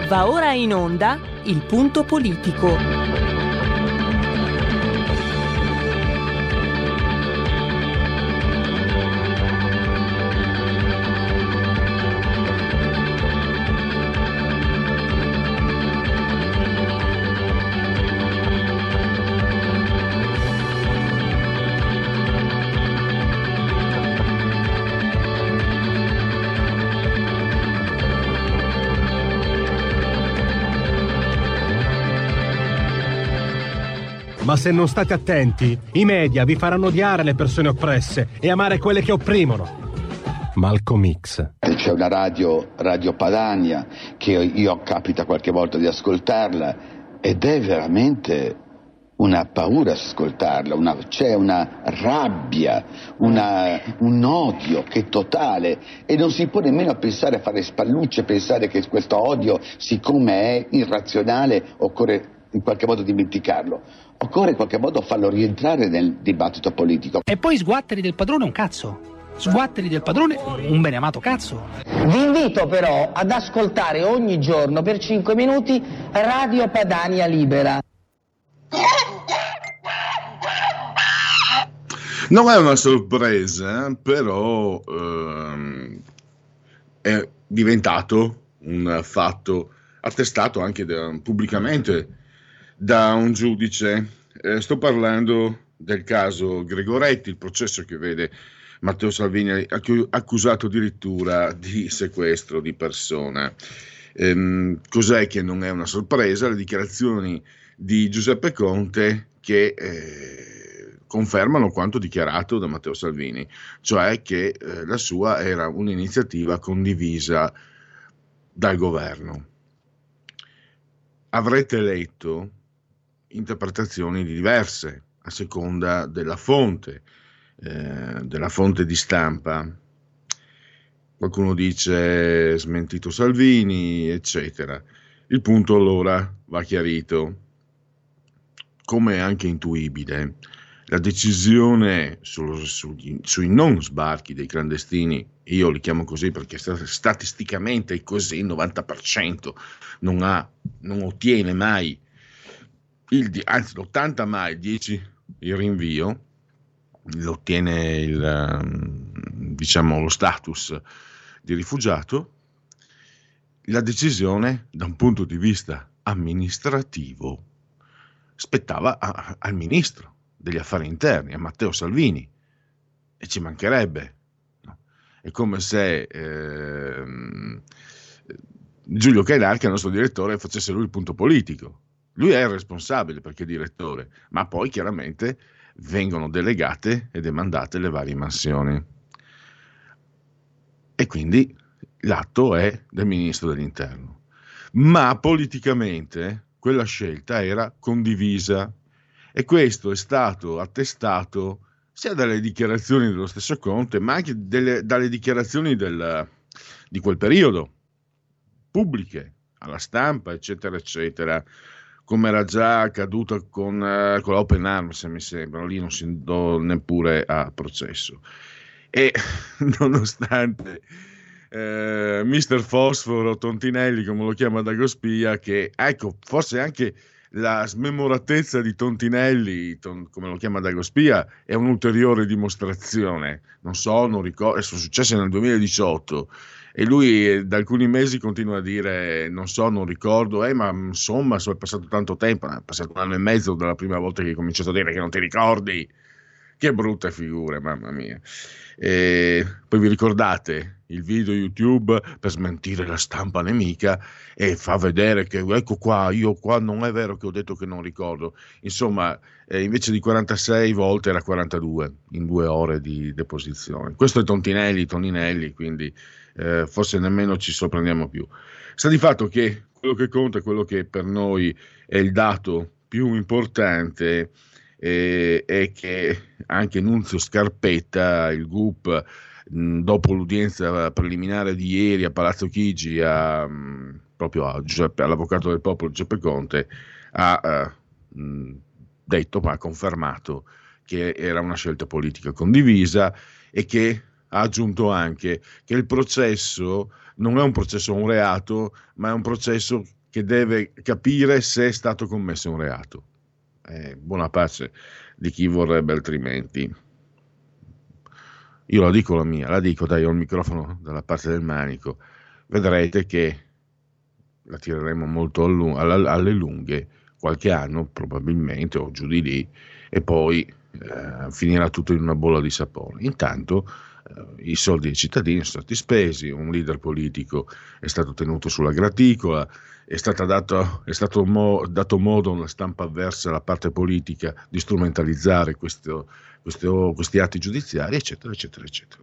Va ora in onda Il Punto Politico. Ma se non state attenti, i media vi faranno odiare le persone oppresse e amare quelle che opprimono. Malcolm X. C'è una Radio Padania, che io capita qualche volta di ascoltarla, ed è veramente una paura ascoltarla, c'è una rabbia, un odio che è totale, e non si può nemmeno pensare a fare spallucce, pensare che questo odio, siccome è irrazionale, occorre in qualche modo dimenticarlo. Occorre in qualche modo farlo rientrare nel dibattito politico. E poi sguatteri del padrone un cazzo. Sguatteri del padrone un beneamato cazzo. Vi invito però ad ascoltare ogni giorno per 5 minuti Radio Padania Libera. Non è una sorpresa, però è diventato un fatto attestato anche pubblicamente da un giudice. Sto parlando del caso Gregoretti, il processo che vede Matteo Salvini accusato addirittura di sequestro di persona. Cos'è che non è una sorpresa? Le dichiarazioni di Giuseppe Conte che confermano quanto dichiarato da Matteo Salvini, cioè che la sua era un'iniziativa condivisa dal governo. Avrete letto interpretazioni diverse a seconda della fonte di stampa. Qualcuno dice smentito Salvini, eccetera. Il punto allora va chiarito. Come è anche intuibile, la decisione sui non sbarchi dei clandestini, io li chiamo così perché statisticamente è così, il 90% non ottiene mai, anzi l'80 mai, il 10 il rinvio, lo ottiene lo status di rifugiato. La decisione da un punto di vista amministrativo spettava al ministro degli affari interni, a Matteo Salvini, e ci mancherebbe, no? È come se Giulio Cainarca, il nostro direttore, facesse lui il punto politico. Lui è il responsabile perché è direttore, ma poi chiaramente vengono delegate e demandate le varie mansioni. E quindi l'atto è del ministro dell'interno. Ma politicamente quella scelta era condivisa, e questo è stato attestato sia dalle dichiarazioni dello stesso Conte, ma anche dalle dichiarazioni di quel periodo, pubbliche, alla stampa, eccetera, eccetera, come era già accaduto con l'Open Arms, mi sembra, lì non si andò neppure a processo. E nonostante Mister Fosforo Tontinelli, come lo chiama Dagospia, che ecco, forse anche la smemoratezza di Tontinelli, come lo chiama Dagospia, è un'ulteriore dimostrazione. Non ricordo, sono successe nel 2018 e lui da alcuni mesi continua a dire non ricordo, ma insomma è passato tanto tempo, è passato 1 anno e mezzo dalla prima volta che hai cominciato a dire che non ti ricordi. Che brutte figure, mamma mia. E poi vi ricordate il video YouTube per smentire la stampa nemica e fa vedere che ecco qua, io qua non è vero che ho detto che non ricordo. Insomma, invece di 46 volte era 42 in 2 ore di deposizione. Questo è Toninelli, quindi forse nemmeno ci sorprendiamo più. Sta di fatto che quello che conta, quello che per noi è il dato più importante, è che anche Nunzio Scarpetta, il GUP, dopo l'udienza preliminare di ieri a Palazzo Chigi, proprio all'avvocato del popolo Giuseppe Conte, ha detto, ma ha confermato che era una scelta politica condivisa, e che ha aggiunto anche che il processo non è un processo a un reato, ma è un processo che deve capire se è stato commesso un reato. Buona pace di chi vorrebbe altrimenti. Io la dico la mia, la dico, dai, ho il microfono dalla parte del manico, vedrete che la tireremo molto alle lunghe, qualche anno probabilmente, o giù di lì, e poi finirà tutto in una bolla di sapone. Intanto i soldi dei cittadini sono stati spesi, un leader politico è stato tenuto sulla graticola, è stato dato modo alla stampa avversa, alla parte politica, di strumentalizzare questi atti giudiziari, eccetera, eccetera, eccetera.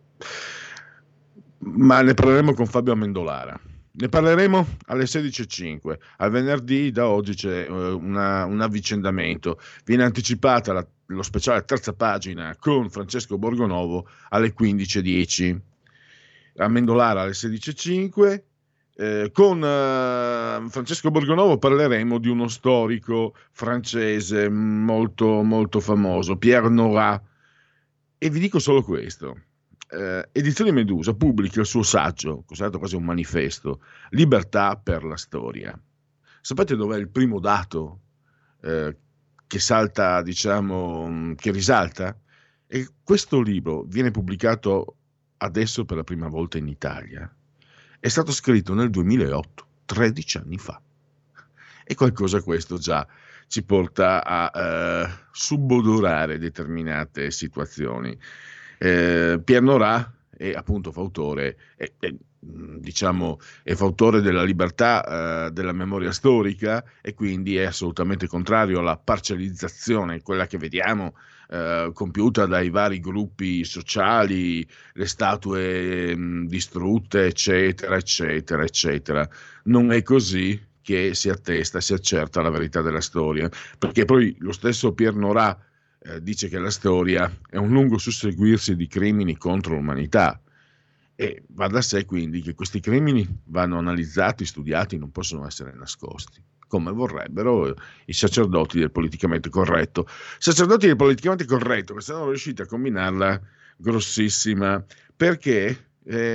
Ma ne parleremo con Fabio Amendolara. Ne parleremo alle 16.05. Al venerdì, da oggi, c'è un avvicendamento. Viene anticipata lo speciale terza pagina con Francesco Borgonovo alle 15.10. Amendolara alle 16.05. Con Francesco Borgonovo parleremo di uno storico francese molto, molto famoso, Pierre Nora. E vi dico solo questo. Edizioni Medusa pubblica il suo saggio, considerato quasi un manifesto, Libertà per la storia. Sapete dov'è il primo dato che salta, diciamo, che risalta? E questo libro viene pubblicato adesso per la prima volta in Italia. È stato scritto nel 2008, 13 anni fa. E qualcosa questo già ci porta a subodorare determinate situazioni. Pierre Nora è appunto fautore, è fautore della libertà della memoria storica, e quindi è assolutamente contrario alla parcializzazione, quella che vediamo compiuta dai vari gruppi sociali, le statue distrutte, eccetera, eccetera, eccetera. Non è così che si attesta, si accerta la verità della storia, perché poi lo stesso Pierre Nora dice che la storia è un lungo susseguirsi di crimini contro l'umanità, e va da sé quindi che questi crimini vanno analizzati, studiati, non possono essere nascosti, come vorrebbero i sacerdoti del politicamente corretto. Sacerdoti del politicamente corretto che sono riusciti a combinarla grossissima, perché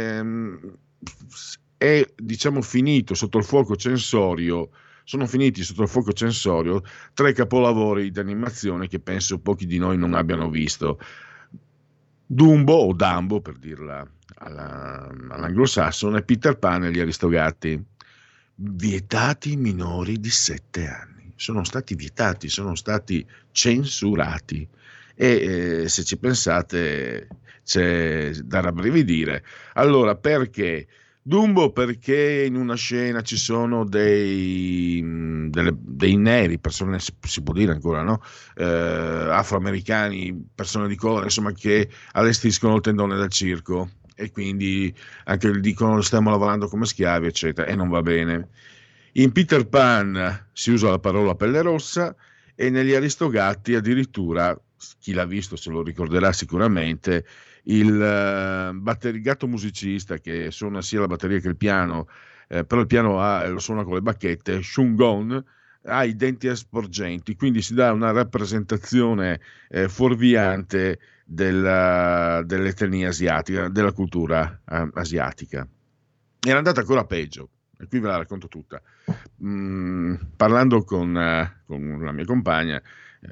è, diciamo, finito sotto il fuoco censorio. Sono finiti sotto il fuoco censorio 3 capolavori di animazione che penso pochi di noi non abbiano visto. Dumbo, o Dumbo per dirla all'anglosassone, Peter Pan e gli Aristogatti, vietati minori di 7 anni. Sono stati vietati, sono stati censurati, e se ci pensate c'è da rabbrividire. Allora, perché? Dumbo perché in una scena ci sono dei neri, persone, si può dire ancora, no? Afroamericani, persone di colore, insomma, che allestiscono il tendone del circo, e quindi anche dicono stiamo lavorando come schiavi, eccetera, e non va bene. In Peter Pan si usa la parola pelle rossa, e negli Aristogatti addirittura, chi l'ha visto se lo ricorderà sicuramente, il gatto musicista che suona sia la batteria che il piano, però il piano lo suona con le bacchette, Shungon, ha i denti sporgenti, quindi si dà una rappresentazione fuorviante dell'etnia asiatica, della cultura asiatica. Era andata ancora peggio, e qui ve la racconto tutta. Parlando con la mia compagna,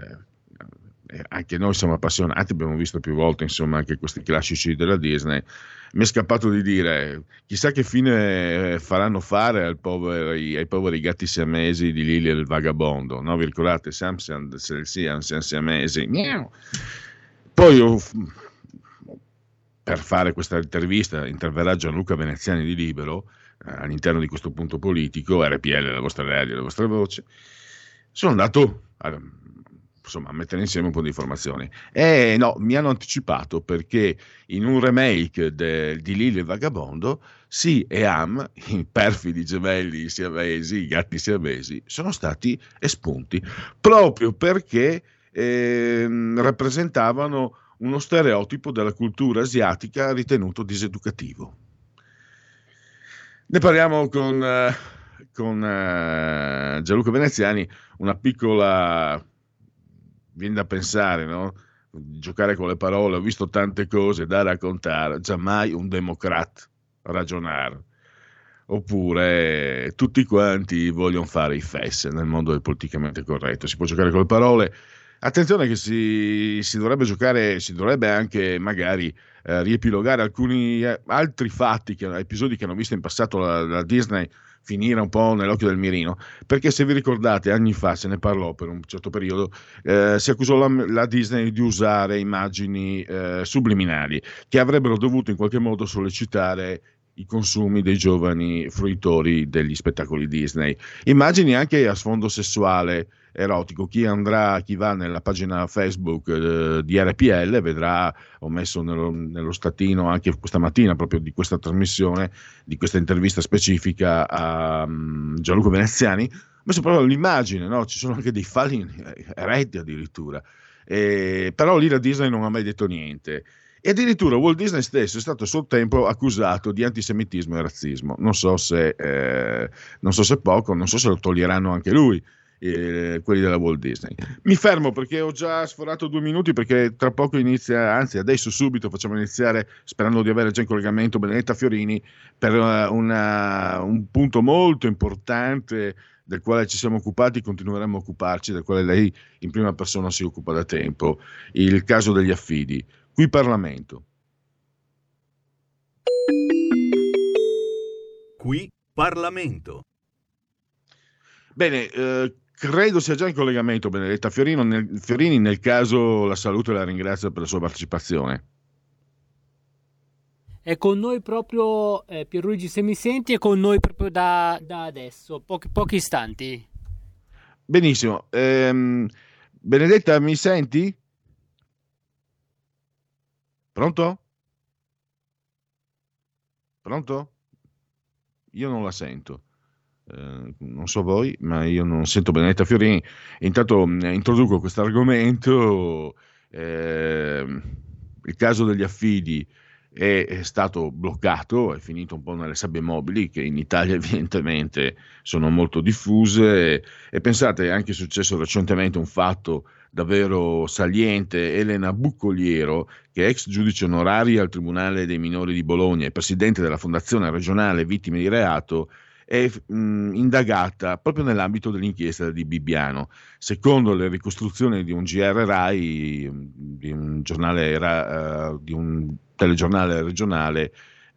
anche noi siamo appassionati, abbiamo visto più volte, insomma, anche questi classici della Disney. Mi è scappato di dire, chissà che fine faranno fare ai poveri gatti siamesi di Lily e il Vagabondo, no? Vi ricordate? Siamesi, miau. Poi per fare questa intervista interverrà Gianluca Veneziani di Libero, all'interno di questo punto politico, RPL, la vostra radio, la vostra voce. Sono andato a mettere insieme un po' di informazioni. No, mi hanno anticipato, perché in un remake di Lily e il Vagabondo, Si e Am, i perfidi gemelli siamesi, i gatti siamesi, sono stati espunti proprio perché rappresentavano uno stereotipo della cultura asiatica ritenuto diseducativo. Ne parliamo con Gianluca Veneziani, una piccola, viene da pensare, no? Giocare con le parole, ho visto tante cose da raccontare, giammai un democrat ragionare. oppure tutti quanti vogliono fare i fesse nel mondo del politicamente corretto. Si può giocare con le parole. Attenzione che si dovrebbe giocare, si dovrebbe anche magari riepilogare alcuni altri fatti, episodi che hanno visto in passato la Disney finire un po' nell'occhio del mirino, perché se vi ricordate anni fa se ne parlò per un certo periodo, si accusò la Disney di usare immagini subliminali che avrebbero dovuto in qualche modo sollecitare i consumi dei giovani fruitori degli spettacoli Disney. Immagini anche a sfondo sessuale, erotico. Chi va nella pagina Facebook di RPL vedrà, ho messo nello statino anche questa mattina proprio di questa trasmissione, di questa intervista specifica a Gianluca Veneziani, ho messo proprio l'immagine, no? Ci sono anche dei falli eretti addirittura. Però lì la Disney non ha mai detto niente. E addirittura Walt Disney stesso è stato a suo tempo accusato di antisemitismo e razzismo. Non so se poco, non so se lo toglieranno anche lui, quelli della Walt Disney. Mi fermo perché ho già sforato 2 minuti, perché tra poco inizia, anzi adesso subito facciamo iniziare, sperando di avere già in collegamento Benedetta Fiorini, per un punto molto importante del quale ci siamo occupati e continueremo a occuparci, del quale lei in prima persona si occupa da tempo, il caso degli affidi. Qui Parlamento. Qui Parlamento. Bene, credo sia già in collegamento Benedetta Fiorini, nel caso la saluto e la ringrazio per la sua partecipazione. È con noi proprio Pierluigi, se mi senti, è con noi proprio da adesso, pochi istanti. Benissimo. Benedetta, mi senti? Pronto? Pronto? Io non la sento. Non so voi, ma io non sento Benedetta Fiorini. Intanto introduco questo argomento. Il caso degli affidi è stato bloccato, è finito un po' nelle sabbie mobili, che in Italia evidentemente sono molto diffuse, e pensate, è anche successo recentemente un fatto davvero saliente. Elena Buccoliero, che è ex giudice onoraria al Tribunale dei minori di Bologna e presidente della Fondazione regionale vittime di reato, è indagata proprio nell'ambito dell'inchiesta di Bibbiano. Secondo le ricostruzioni di un GR Rai, di un giornale di un telegiornale regionale,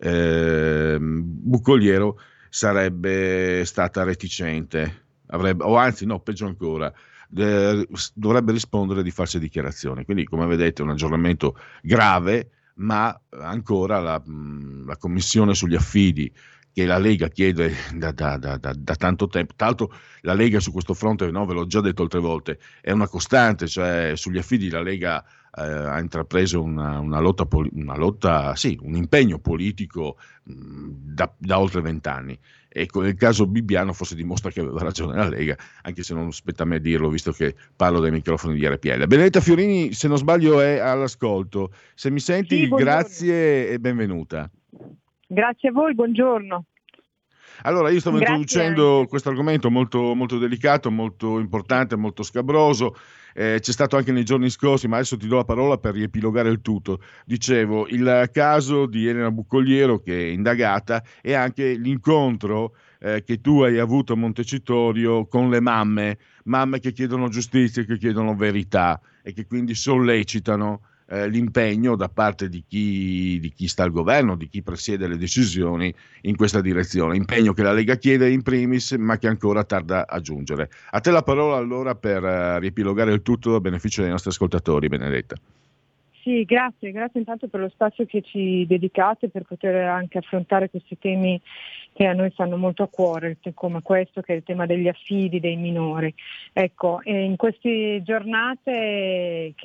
Buccoliero sarebbe stata reticente, o anzi no, peggio ancora, dovrebbe rispondere di false dichiarazioni. Quindi, come vedete, un aggiornamento grave, ma ancora la commissione sugli affidi, che la Lega chiede da tanto tempo. Tra l'altro la Lega su questo fronte, no, ve l'ho già detto altre volte, è una costante, cioè sugli affidi la Lega ha intrapreso una lotta, sì, un impegno politico da oltre 20 anni. E con il caso Bibbiano forse dimostra che aveva ragione la Lega, anche se non spetta a me dirlo, visto che parlo dai microfoni di RPL. Benedetta Fiorini, se non sbaglio, è all'ascolto. Se mi senti, sì, grazie e benvenuta. Grazie a voi, buongiorno. Allora, io stavo introducendo questo argomento molto, molto delicato, molto importante, molto scabroso. C'è stato anche nei giorni scorsi, ma adesso ti do la parola per riepilogare il tutto. Dicevo, il caso di Elena Buccoliero, che è indagata, e anche l'incontro che tu hai avuto a Montecitorio con le mamme che chiedono giustizia, che chiedono verità e che quindi sollecitano l'impegno da parte di chi sta al governo, di chi presiede le decisioni in questa direzione. Impegno che la Lega chiede in primis, ma che ancora tarda a giungere. A te la parola allora per riepilogare il tutto a beneficio dei nostri ascoltatori, Benedetta. Sì, grazie intanto per lo spazio che ci dedicate per poter anche affrontare questi temi che a noi stanno molto a cuore, come questo che è il tema degli affidi dei minori. Ecco, in queste giornate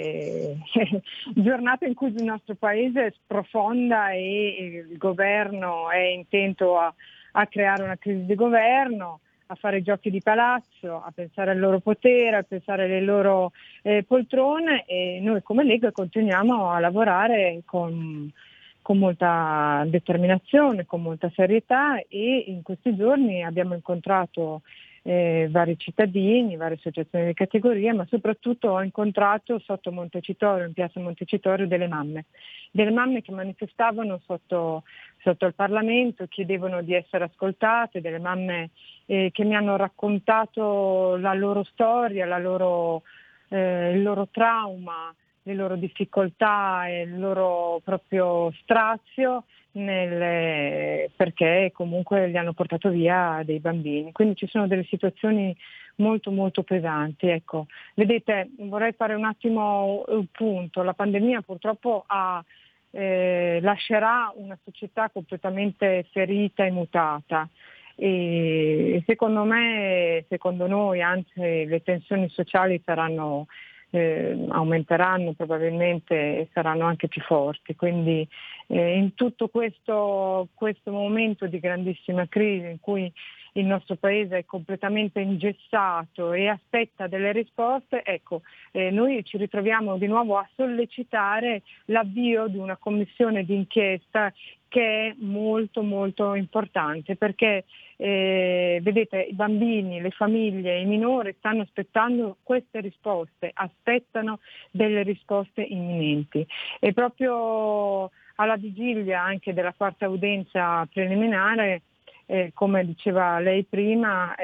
giornate in cui il nostro paese sprofonda e il governo è intento a creare una crisi di governo, a fare giochi di palazzo, a pensare al loro potere, a pensare alle loro poltrone, e noi come Lega continuiamo a lavorare con molta determinazione, con molta serietà, e in questi giorni abbiamo incontrato vari cittadini, varie associazioni di categoria, ma soprattutto ho incontrato sotto Montecitorio, in piazza Montecitorio, delle mamme che manifestavano sotto il Parlamento, chiedevano di essere ascoltate, delle mamme che mi hanno raccontato la loro storia, il loro trauma, le loro difficoltà e il loro proprio strazio perché comunque gli hanno portato via dei bambini. Quindi ci sono delle situazioni molto molto pesanti. Ecco, vedete, vorrei fare un attimo un punto. La pandemia purtroppo lascerà una società completamente ferita e mutata. E secondo noi, anzi, le tensioni sociali aumenteranno probabilmente e saranno anche più forti. Quindi in tutto questo momento di grandissima crisi in cui il nostro paese è completamente ingessato e aspetta delle risposte, ecco, noi ci ritroviamo di nuovo a sollecitare l'avvio di una commissione d'inchiesta che è molto molto importante, perché vedete, i bambini, le famiglie, i minori stanno aspettando queste risposte, aspettano delle risposte imminenti, e proprio alla vigilia anche della quarta udienza preliminare, come diceva lei prima,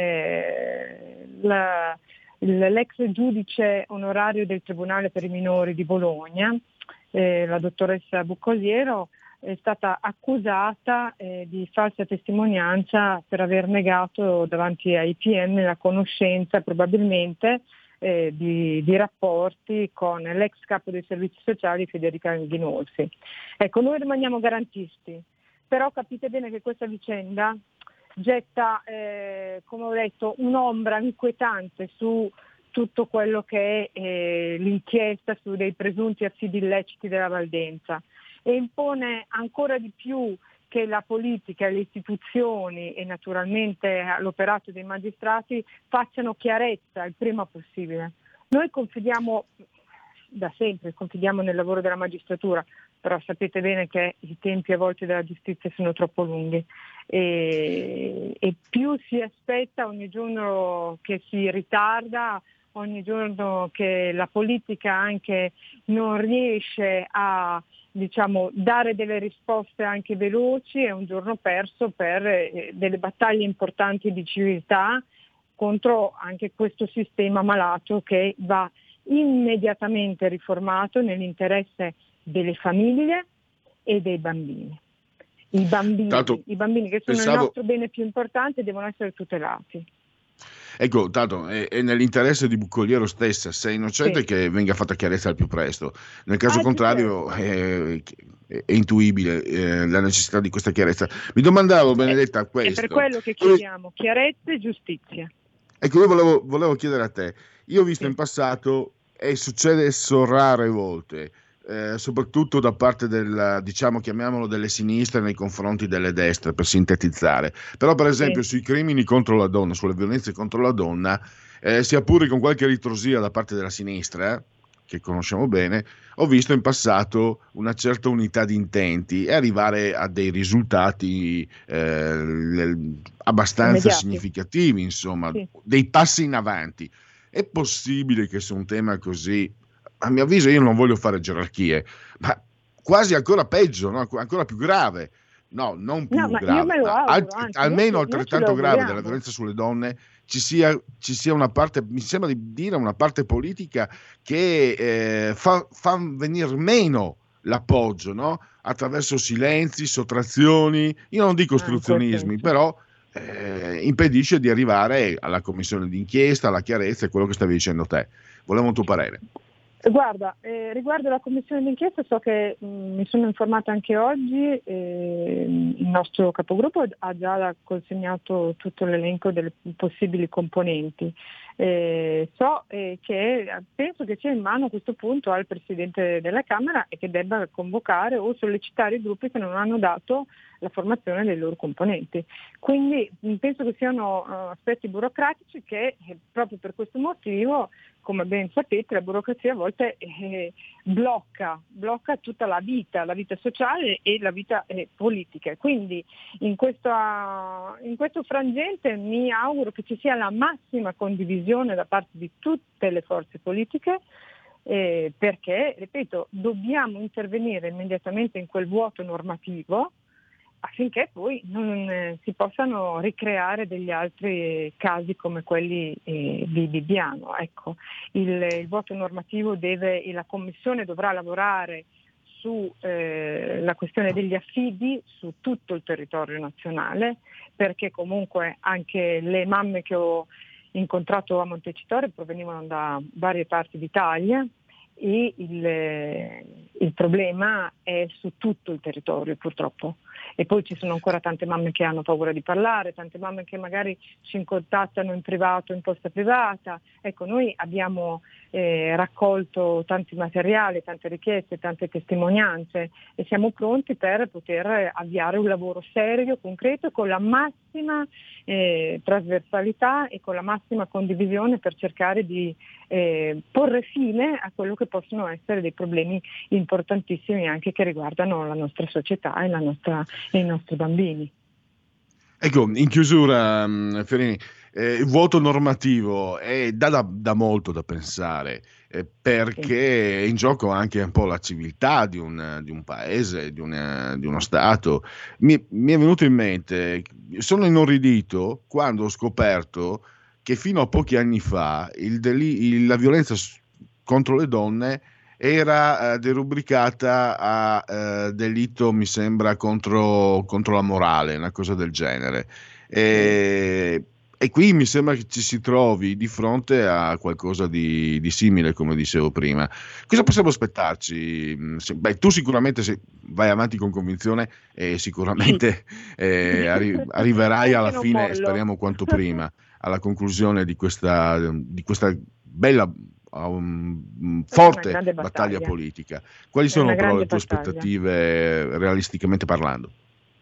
l'ex giudice onorario del Tribunale per i minori di Bologna, la dottoressa Buccoliero, è stata accusata di falsa testimonianza per aver negato davanti ai PM la conoscenza probabilmente di rapporti con l'ex capo dei servizi sociali Federica Ghinolfi. Ecco, noi rimaniamo garantisti, però capite bene che questa vicenda getta, come ho detto, un'ombra inquietante su tutto quello che è l'inchiesta su dei presunti affidi illeciti della Valdenza, e impone ancora di più che la politica, le istituzioni e naturalmente l'operato dei magistrati facciano chiarezza il prima possibile. Noi confidiamo da sempre, confidiamo nel lavoro della magistratura, però sapete bene che i tempi a volte della giustizia sono troppo lunghi e più si aspetta ogni giorno che si ritarda, ogni giorno che la politica anche non riesce a dare delle risposte anche veloci, è un giorno perso per delle battaglie importanti di civiltà contro anche questo sistema malato che va immediatamente riformato nell'interesse delle famiglie e dei bambini. I bambini che sono il nostro bene più importante devono essere tutelati. Ecco, tanto è nell'interesse di Buccoliero stessa, se è innocente, che venga fatta chiarezza al più presto. Nel caso contrario è intuibile la necessità di questa chiarezza. Mi domandavo, Benedetta, questo. È per quello che chiediamo chiarezza e giustizia. Ecco, io volevo chiedere a te, io ho visto in passato, e succede rare volte, soprattutto da parte chiamiamolo delle sinistre nei confronti delle destre, per sintetizzare, però per esempio sui crimini contro la donna, sulle violenze contro la donna, sia pure con qualche ritrosia da parte della sinistra, che conosciamo bene, ho visto in passato una certa unità di intenti e arrivare a dei risultati abbastanza significativi, insomma, dei passi in avanti. È possibile che su un tema così, a mio avviso, io non voglio fare gerarchie, ma quasi ancora peggio, no? Ancora più grave, no, non più grave, almeno altrettanto grave della violenza sulle donne, ci sia una parte, mi sembra di dire, una parte politica che fa venir meno l'appoggio, no? Attraverso silenzi, sottrazioni, io non dico ostruzionismi, però impedisce di arrivare alla commissione d'inchiesta, alla chiarezza, e quello che stavi dicendo te. Volevo un tuo parere. Guarda, riguardo la commissione d'inchiesta, so che mi sono informata anche oggi, il nostro capogruppo ha già consegnato tutto l'elenco delle possibili componenti. So che penso che sia in mano a questo punto al Presidente della Camera e che debba convocare o sollecitare i gruppi che non hanno dato la formazione dei loro componenti. Quindi penso che siano aspetti burocratici che proprio per questo motivo come ben sapete, la burocrazia a volte blocca tutta la vita sociale e la vita politica. Quindi in questo frangente mi auguro che ci sia la massima condivisione da parte di tutte le forze politiche, perché, ripeto, dobbiamo intervenire immediatamente in quel vuoto normativo affinché poi non si possano ricreare degli altri casi come quelli di Bibbiano. Ecco, il vuoto normativo la Commissione dovrà lavorare su la questione degli affidi su tutto il territorio nazionale, perché comunque anche le mamme che ho incontrato a Montecitorio provenivano da varie parti d'Italia e il problema è su tutto il territorio, purtroppo. E poi ci sono ancora tante mamme che hanno paura di parlare, tante mamme che magari ci contattano in privato, in posta privata. Ecco, noi abbiamo raccolto tanti materiali, tante richieste, tante testimonianze e siamo pronti per poter avviare un lavoro serio, concreto, con la massima trasversalità e con la massima condivisione per cercare di porre fine a quello che possono essere dei problemi importantissimi anche che riguardano la nostra società e i nostri bambini. Ecco, in chiusura, Fiorini, il vuoto normativo dà molto da pensare, perché è in gioco anche un po' la civiltà di un paese, di uno Stato. Mi è venuto in mente, sono inorridito quando ho scoperto che fino a pochi anni fa la violenza contro le donne era derubricata a delitto, mi sembra, contro la morale, una cosa del genere. E qui mi sembra che ci si trovi di fronte a qualcosa di simile, come dicevo prima. Cosa possiamo aspettarci? Tu sicuramente, se vai avanti con convinzione, sicuramente arriverai alla fine, speriamo quanto prima, alla conclusione di questa bella forte battaglia politica. Quali sono però le tue aspettative, realisticamente parlando?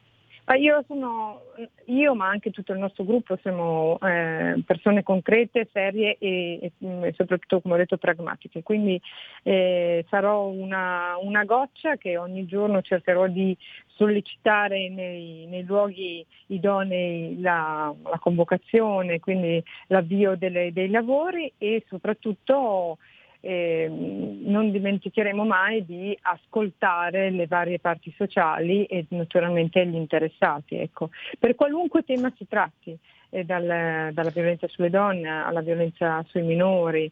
Io ma anche tutto il nostro gruppo siamo persone concrete, serie e soprattutto, come ho detto, pragmatiche, quindi sarò una goccia che ogni giorno cercherò di sollecitare nei luoghi idonei la convocazione, quindi l'avvio dei lavori e soprattutto non dimenticheremo mai di ascoltare le varie parti sociali e naturalmente gli interessati, ecco, per qualunque tema si tratti, dalla violenza sulle donne alla violenza sui minori,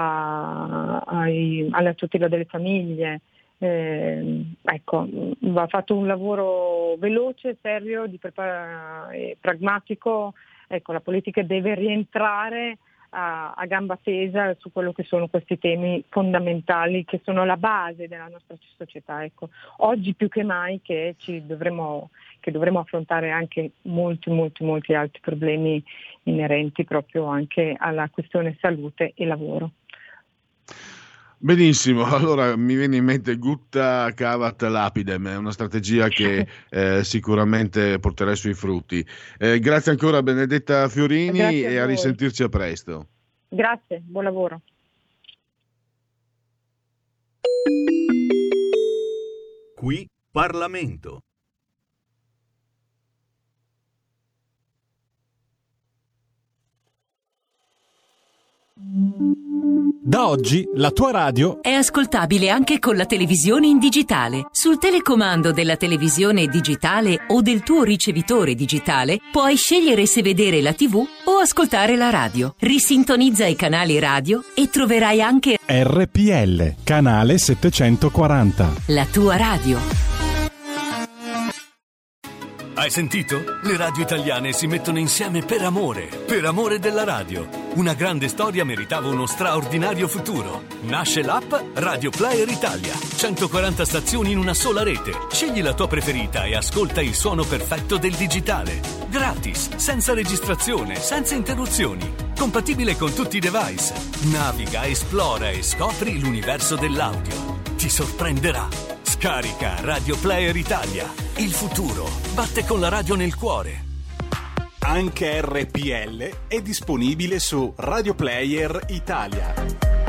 alla tutela delle famiglie. Ecco, va fatto un lavoro veloce, serio, pragmatico. Ecco, la politica deve rientrare a gamba tesa su quello che sono questi temi fondamentali che sono la base della nostra società. Ecco, oggi più che mai che dovremo affrontare anche molti altri problemi inerenti proprio anche alla questione salute e lavoro. Benissimo, allora mi viene in mente gutta cavat lapidem, è una strategia che sicuramente porterà i suoi frutti. Grazie ancora Benedetta Fiorini e a risentirci a presto. Grazie, buon lavoro. Qui Parlamento. Da oggi la tua radio è ascoltabile anche con la televisione in digitale. Sul telecomando della televisione digitale o del tuo ricevitore digitale puoi scegliere se vedere la TV o ascoltare la radio. Risintonizza i canali radio e troverai anche RPL, canale 740. La tua radio. Hai sentito? Le radio italiane si mettono insieme per amore della radio. Una grande storia meritava uno straordinario futuro. Nasce l'app Radio Player Italia. 140 stazioni in una sola rete. Scegli la tua preferita e ascolta il suono perfetto del digitale. Gratis, senza registrazione, senza interruzioni. Compatibile con tutti i device. Naviga, esplora e scopri l'universo dell'audio. Ti sorprenderà. Scarica Radio Player Italia. Il futuro batte con la radio nel cuore. Anche RPL è disponibile su Radio Player Italia.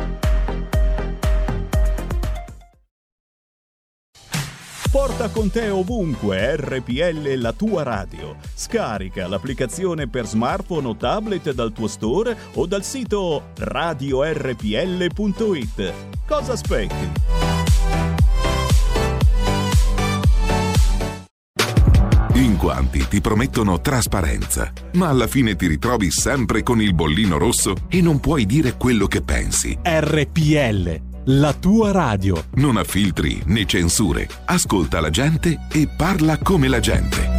Porta con te ovunque RPL, la tua radio. Scarica l'applicazione per smartphone o tablet dal tuo store o dal sito radiorpl.it. Cosa aspetti? In quanti ti promettono trasparenza, ma alla fine ti ritrovi sempre con il bollino rosso e non puoi dire quello che pensi. RPL, la tua radio. Non ha filtri né censure. Ascolta la gente e parla come la gente.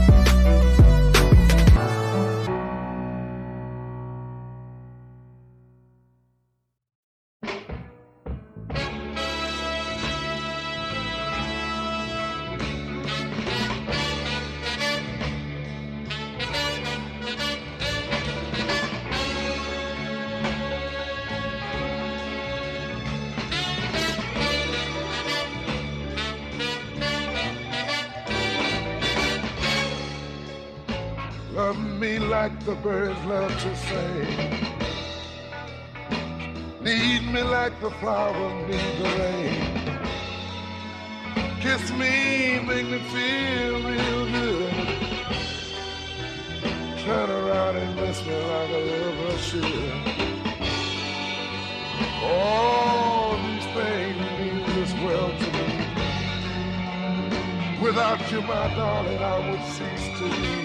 Love me like the birds love to sing. Need me like the flower needs the rain. Kiss me, make me feel real good. Turn around and miss me like a lover should. All these things mean this world to me. Without you, my darling, I would cease to be.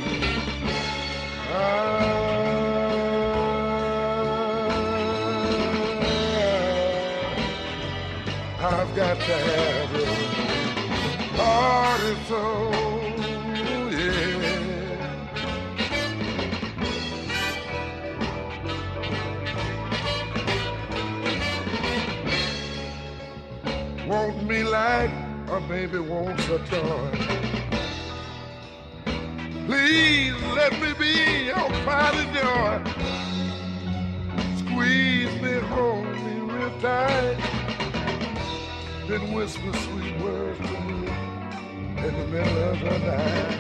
I've got to have you, heart and soul, yeah. Want me like a baby wants a toy. Please let me be your pride and joy. Squeeze me, hold me real tight. Then whisper sweet words to me in the middle of the night.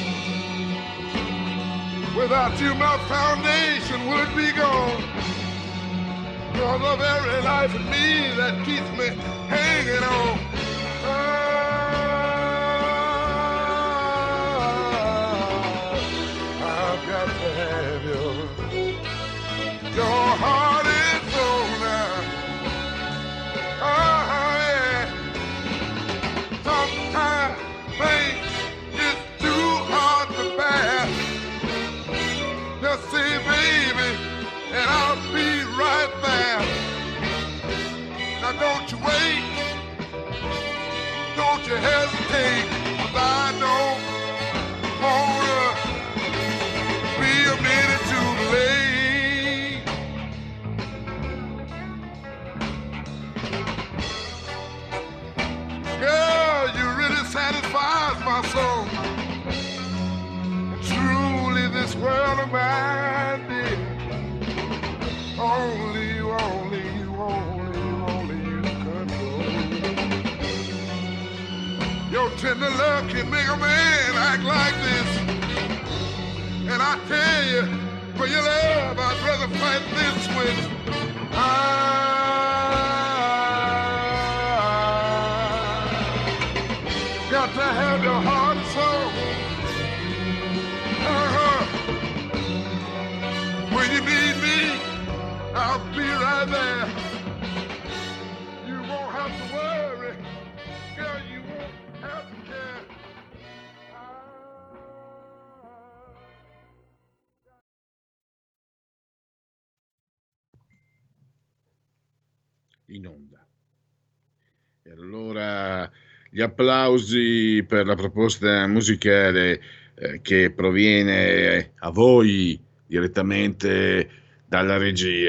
Without you, my foundation would be gone. You're the very life in me that keeps me hanging on. I've got to have you. Your heart is full now. Oh, yeah. Sometimes things is too hard to bear. Just say, baby, and I'll be right there. Now don't you wait. Don't you hesitate. 'Cause I don't wanna be a minute too late. Girl, you really satisfies my soul. Truly this world of mine, dear. Only you, only you, only you, only you control. Your tender love can make a man act like this. And I tell you, for your love, I'd rather fight this switch. Got to have your heart and soul. When you need me, I'll be right there. You won't have to worry. Girl, you won't have to care. In onda. E allora gli applausi per la proposta musicale che proviene a voi direttamente dalla regia.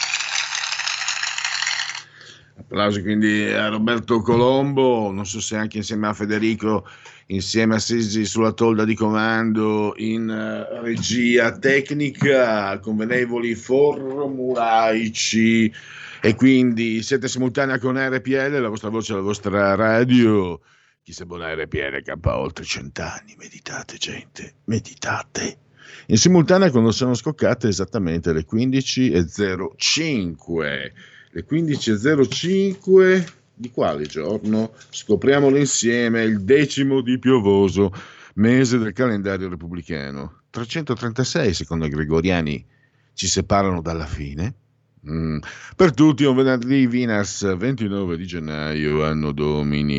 Applausi quindi a Roberto Colombo, non so se anche insieme a Federico, insieme a Sisi sulla tolda di comando in regia tecnica, convenevoli formulaici. E quindi siete simultanea con RPL, la vostra voce, la vostra radio. Chi si abbona a RPL campa oltre 100 anni. Meditate, gente, meditate. In simultanea quando sono scoccate esattamente le 15:05. Le 15:05 di quale giorno? Scopriamolo insieme, il 10° di piovoso mese del calendario repubblicano. 336 secondo i gregoriani ci separano dalla fine. Per tutti un venerdì Vinars 29 di gennaio, anno domini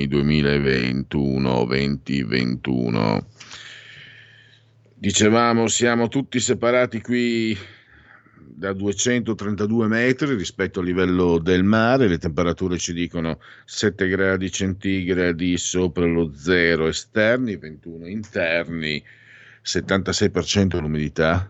2021. Dicevamo, siamo tutti separati qui da 232 metri rispetto al livello del mare, le temperature ci dicono 7 gradi centigradi sopra lo zero esterni, 21 interni, 76% l'umidità,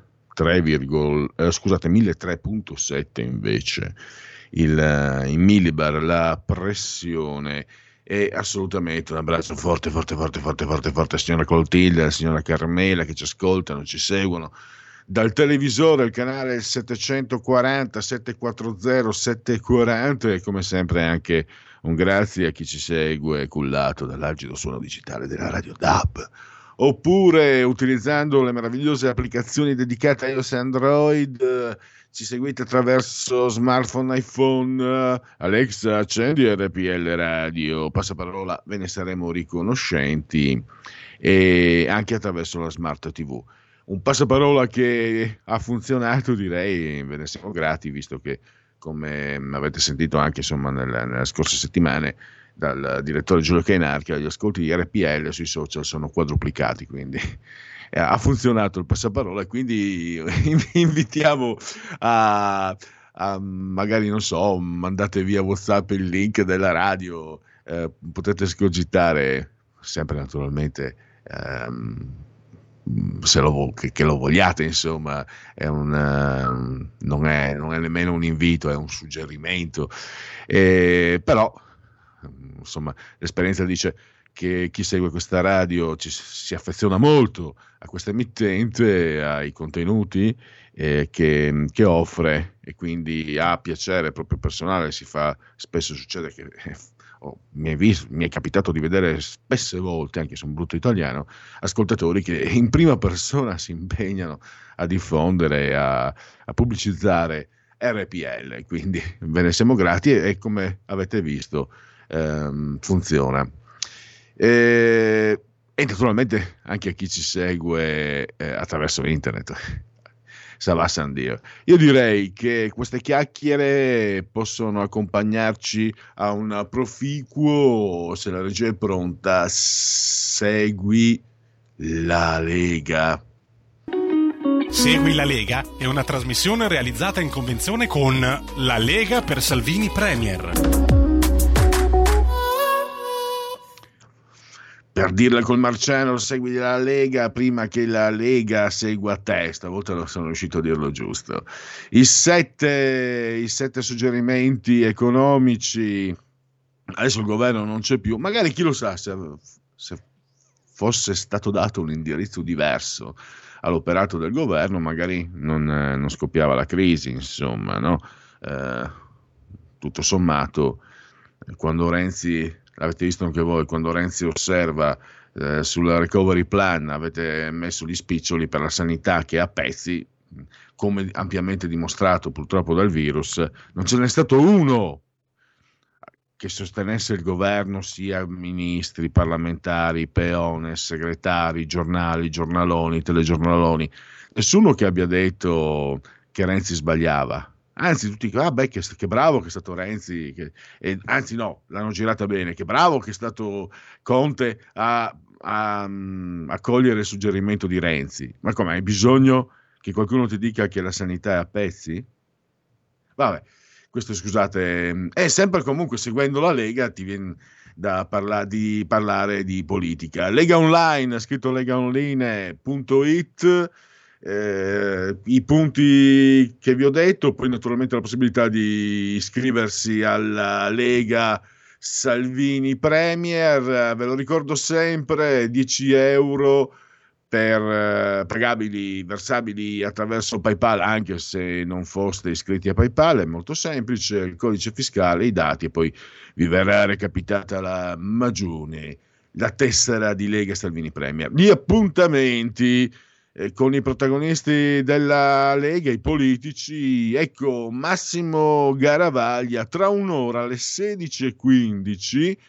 1003.7 invece in millibar la pressione. E assolutamente un abbraccio forte a signora Clotilde, alla signora Carmela che ci ascoltano, ci seguono dal televisore, il canale 740, 740, 740, e come sempre anche un grazie a chi ci segue cullato dall'algido suono digitale della Radio DAB, oppure utilizzando le meravigliose applicazioni dedicate a iOS e Android. Ci seguite attraverso smartphone, iPhone. Alexa, accendi RPL Radio, passaparola, ve ne saremo riconoscenti, e anche attraverso la Smart TV. Un passaparola che ha funzionato, direi, ve ne siamo grati, visto che, come avete sentito anche insomma nelle scorse settimane dal direttore Giulio Cainarca, gli ascolti di RPL sui social sono quadruplicati, quindi ha funzionato il passaparola, e quindi invitiamo a magari, non so, mandate via WhatsApp il link della radio, potete escogitare sempre naturalmente, se che lo vogliate, insomma, non è nemmeno un invito, è un suggerimento, però insomma l'esperienza dice che chi segue questa radio si affeziona molto a questa emittente, ai contenuti che offre, e quindi ha piacere proprio personale. Spesso succede che mi è capitato di vedere spesse volte, anche se un brutto italiano, ascoltatori che in prima persona si impegnano a diffondere, a pubblicizzare RPL, quindi ve ne siamo grati, e come avete visto funziona. E naturalmente anche a chi ci segue attraverso internet. Salva San Dio. Io direi che queste chiacchiere possono accompagnarci a un proficuo, se la regia è pronta, segui la Lega. Segui la Lega è una trasmissione realizzata in convenzione con La Lega per Salvini Premier. Per dirla col Marciano, segui la Lega prima che la Lega segua te. Stavolta non sono riuscito a dirlo giusto. I sette suggerimenti economici. Adesso il governo non c'è più. Magari, chi lo sa, se fosse stato dato un indirizzo diverso all'operato del governo, magari non scoppiava la crisi, insomma, no? Tutto sommato, quando Renzi... L'avete visto anche voi, quando Renzi osserva sul recovery plan, avete messo gli spiccioli per la sanità che è a pezzi, come ampiamente dimostrato purtroppo dal virus. Non ce n'è stato uno che sostenesse il governo, sia ministri, parlamentari, peones, segretari, giornali, giornaloni, telegiornaloni. Nessuno che abbia detto che Renzi sbagliava. Anzi, tutti dicono, che bravo che è stato Renzi, anzi no, l'hanno girata bene, che bravo che è stato Conte a cogliere il suggerimento di Renzi. Ma come, hai bisogno che qualcuno ti dica che la sanità è a pezzi? Vabbè, questo, scusate, è sempre comunque seguendo la Lega ti viene da parlare di politica. Lega Online, scritto legaonline.it, i punti che vi ho detto, poi naturalmente la possibilità di iscriversi alla Lega Salvini Premier, ve lo ricordo sempre, 10 euro pagabili, versabili attraverso PayPal, anche se non foste iscritti a PayPal, è molto semplice, il codice fiscale, i dati, e poi vi verrà recapitata la magione, la tessera di Lega Salvini Premier. Gli appuntamenti con i protagonisti della Lega, i politici. Ecco, Massimo Garavaglia tra un'ora alle 16:15.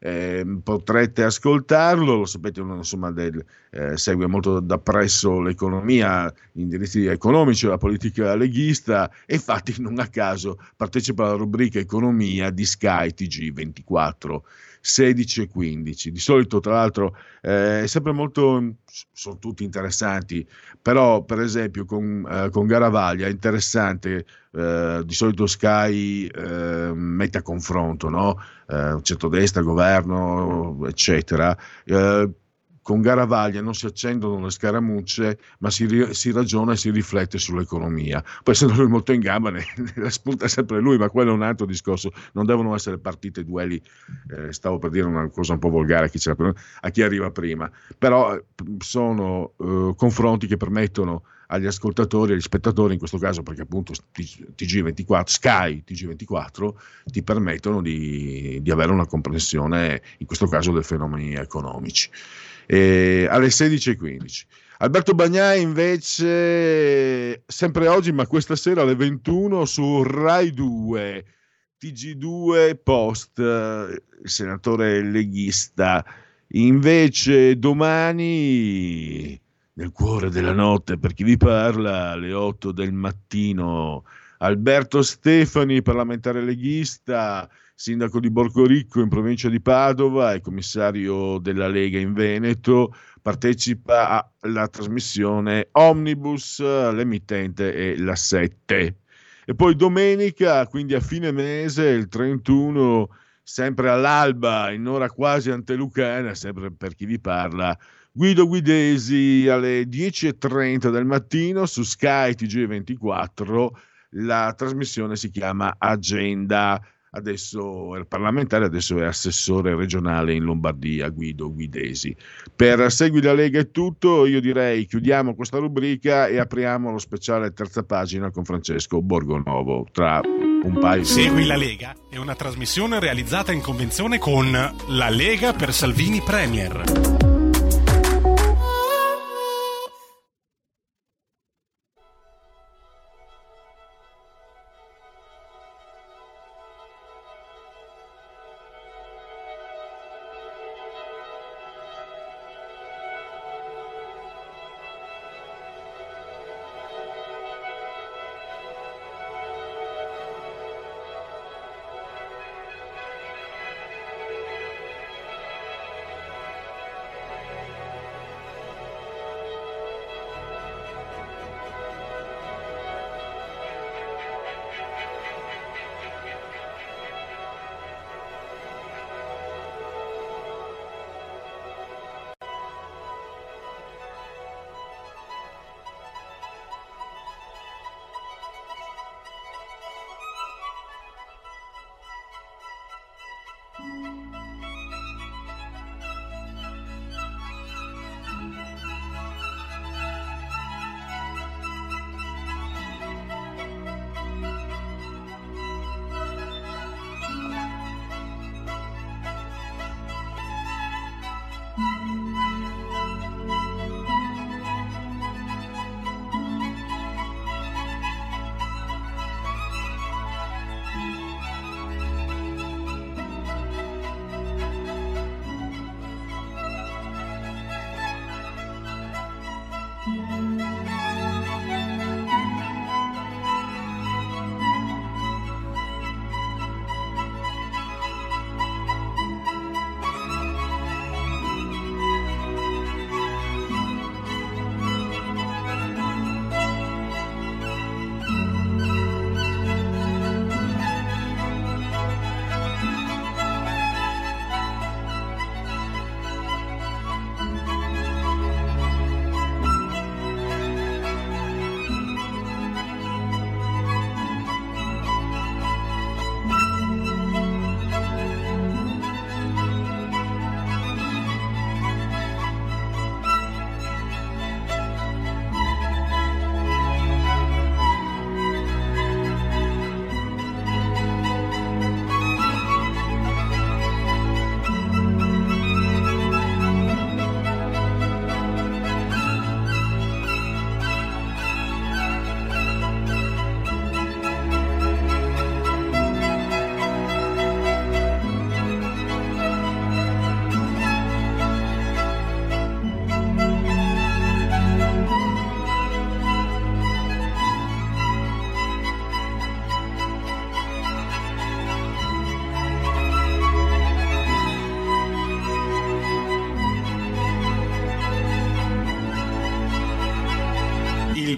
Potrete ascoltarlo, lo sapete, insomma, segue molto da presso l'economia, gli indirizzi economici, la politica leghista, e infatti non a caso partecipa alla rubrica Economia di Sky TG24 16:15. Di solito, tra l'altro, è sempre molto, sono tutti interessanti, però per esempio con Garavaglia è interessante. Di solito Sky mette a confronto, no? Centrodestra, governo, eccetera. Con Garavaglia non si accendono le scaramucce, ma si ragiona e si riflette sull'economia. Poi, essendo lui molto in gamba, ne spunta sempre lui, ma quello è un altro discorso. Non devono essere partite duelli. Stavo per dire una cosa un po' volgare a chi arriva prima, però sono confronti che permettono agli ascoltatori, agli spettatori, in questo caso perché appunto TG24, Sky TG24, ti permettono di avere una comprensione, in questo caso, dei fenomeni economici. Alle 16:15. Alberto Bagnai invece, sempre oggi, ma questa sera alle 21 su Rai 2, TG2 Post, il senatore leghista. Invece domani, nel cuore della notte, per chi vi parla, alle 8 del mattino, Alberto Stefani, parlamentare leghista, sindaco di Borgoricco in provincia di Padova e commissario della Lega in Veneto, partecipa alla trasmissione Omnibus, l'emittente è la 7. E poi domenica, quindi a fine mese, il 31, sempre all'alba, in ora quasi antelucana, sempre per chi vi parla, Guido Guidesi alle 10:30 del mattino su Sky TG24. La trasmissione si chiama Agenda. Adesso è parlamentare, adesso è assessore regionale in Lombardia, Guido Guidesi. Per Segui la Lega è tutto, io direi chiudiamo questa rubrica e apriamo lo speciale terza pagina con Francesco Borgonovo tra un paio di... Segui la Lega è una trasmissione realizzata in convenzione con la Lega per Salvini Premier.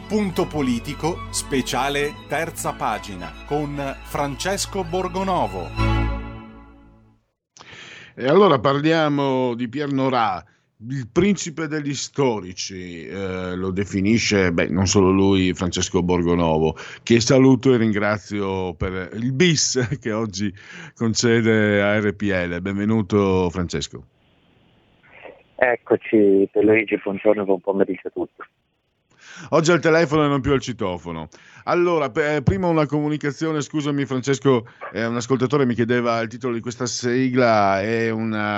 Punto politico, speciale terza pagina, con Francesco Borgonovo. E allora parliamo di Pierre Nora, il principe degli storici, lo definisce, non solo lui, Francesco Borgonovo, che saluto e ringrazio per il bis che oggi concede a RPL. Benvenuto Francesco. Eccoci, Luigi, buongiorno e buon pomeriggio a tutti. Oggi al telefono e non più al citofono. Allora, prima una comunicazione, scusami Francesco, un ascoltatore mi chiedeva il titolo di questa sigla, è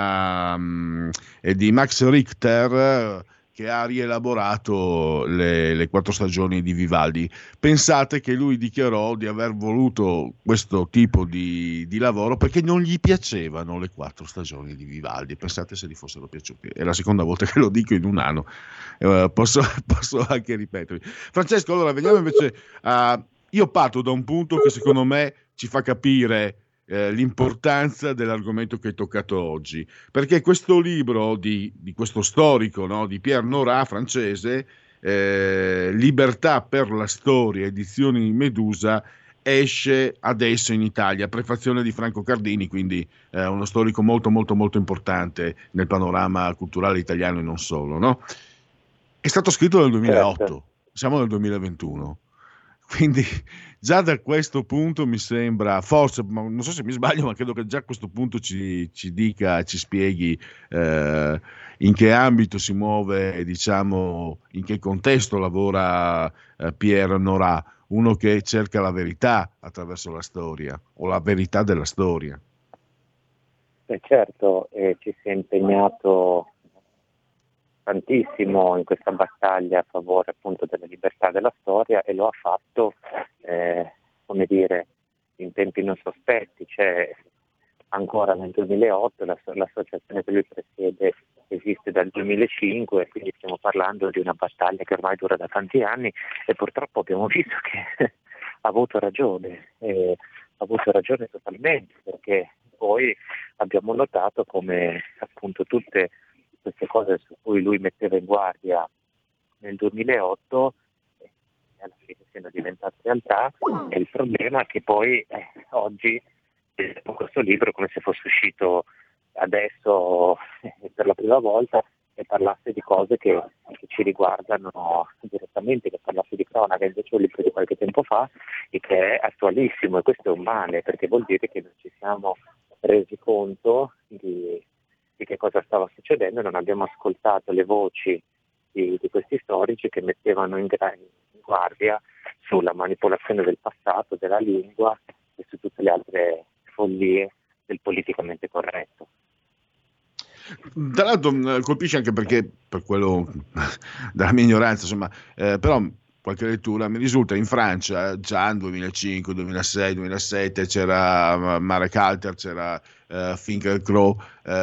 di Max Richter, che ha rielaborato le 4 stagioni di Vivaldi. Pensate che lui dichiarò di aver voluto questo tipo di lavoro perché non gli piacevano le 4 stagioni di Vivaldi. Pensate se gli fossero piaciuti. È la seconda volta che lo dico in un anno. Posso anche ripetervi. Francesco, allora veniamo invece a... Io parto da un punto che secondo me ci fa capire l'importanza dell'argomento che hai toccato oggi, perché questo libro di questo storico, no, di Pierre Nora, francese, Libertà per la storia, edizioni Medusa, esce adesso in Italia, prefazione di Franco Cardini, quindi uno storico molto molto molto importante nel panorama culturale italiano e non solo, no? È stato scritto nel 2008, certo. Siamo nel 2021. Quindi già da questo punto mi sembra, forse, ma non so se mi sbaglio, ma credo che già a questo punto ci dica, ci spieghi in che ambito si muove, diciamo, in che contesto lavora Pierre Nora, uno che cerca la verità attraverso la storia, o la verità della storia. Certo, ci si è impegnato tantissimo in questa battaglia a favore appunto della libertà della storia e lo ha fatto in tempi non sospetti, cioè ancora nel 2008 l'associazione che lui presiede esiste dal 2005, quindi stiamo parlando di una battaglia che ormai dura da tanti anni e purtroppo abbiamo visto che ha avuto ragione totalmente, perché poi abbiamo notato come appunto tutte queste cose su cui lui metteva in guardia nel 2008 alla fine siano diventate realtà, e il problema è che poi oggi questo libro come se fosse uscito adesso per la prima volta e parlasse di cose che ci riguardano direttamente, che parlasse di cronaca, invece è un libro di qualche tempo fa e che è attualissimo, e questo è un male perché vuol dire che non ci siamo resi conto di che cosa stava succedendo, non abbiamo ascoltato le voci di questi storici che mettevano in guardia sulla manipolazione del passato, della lingua e su tutte le altre follie del politicamente corretto. Tra l'altro colpisce anche perché, per quello della mia ignoranza, insomma, però qualche lettura mi risulta in Francia già nel 2005, 2006, 2007 c'era Marek Halter, c'era Finkielkraut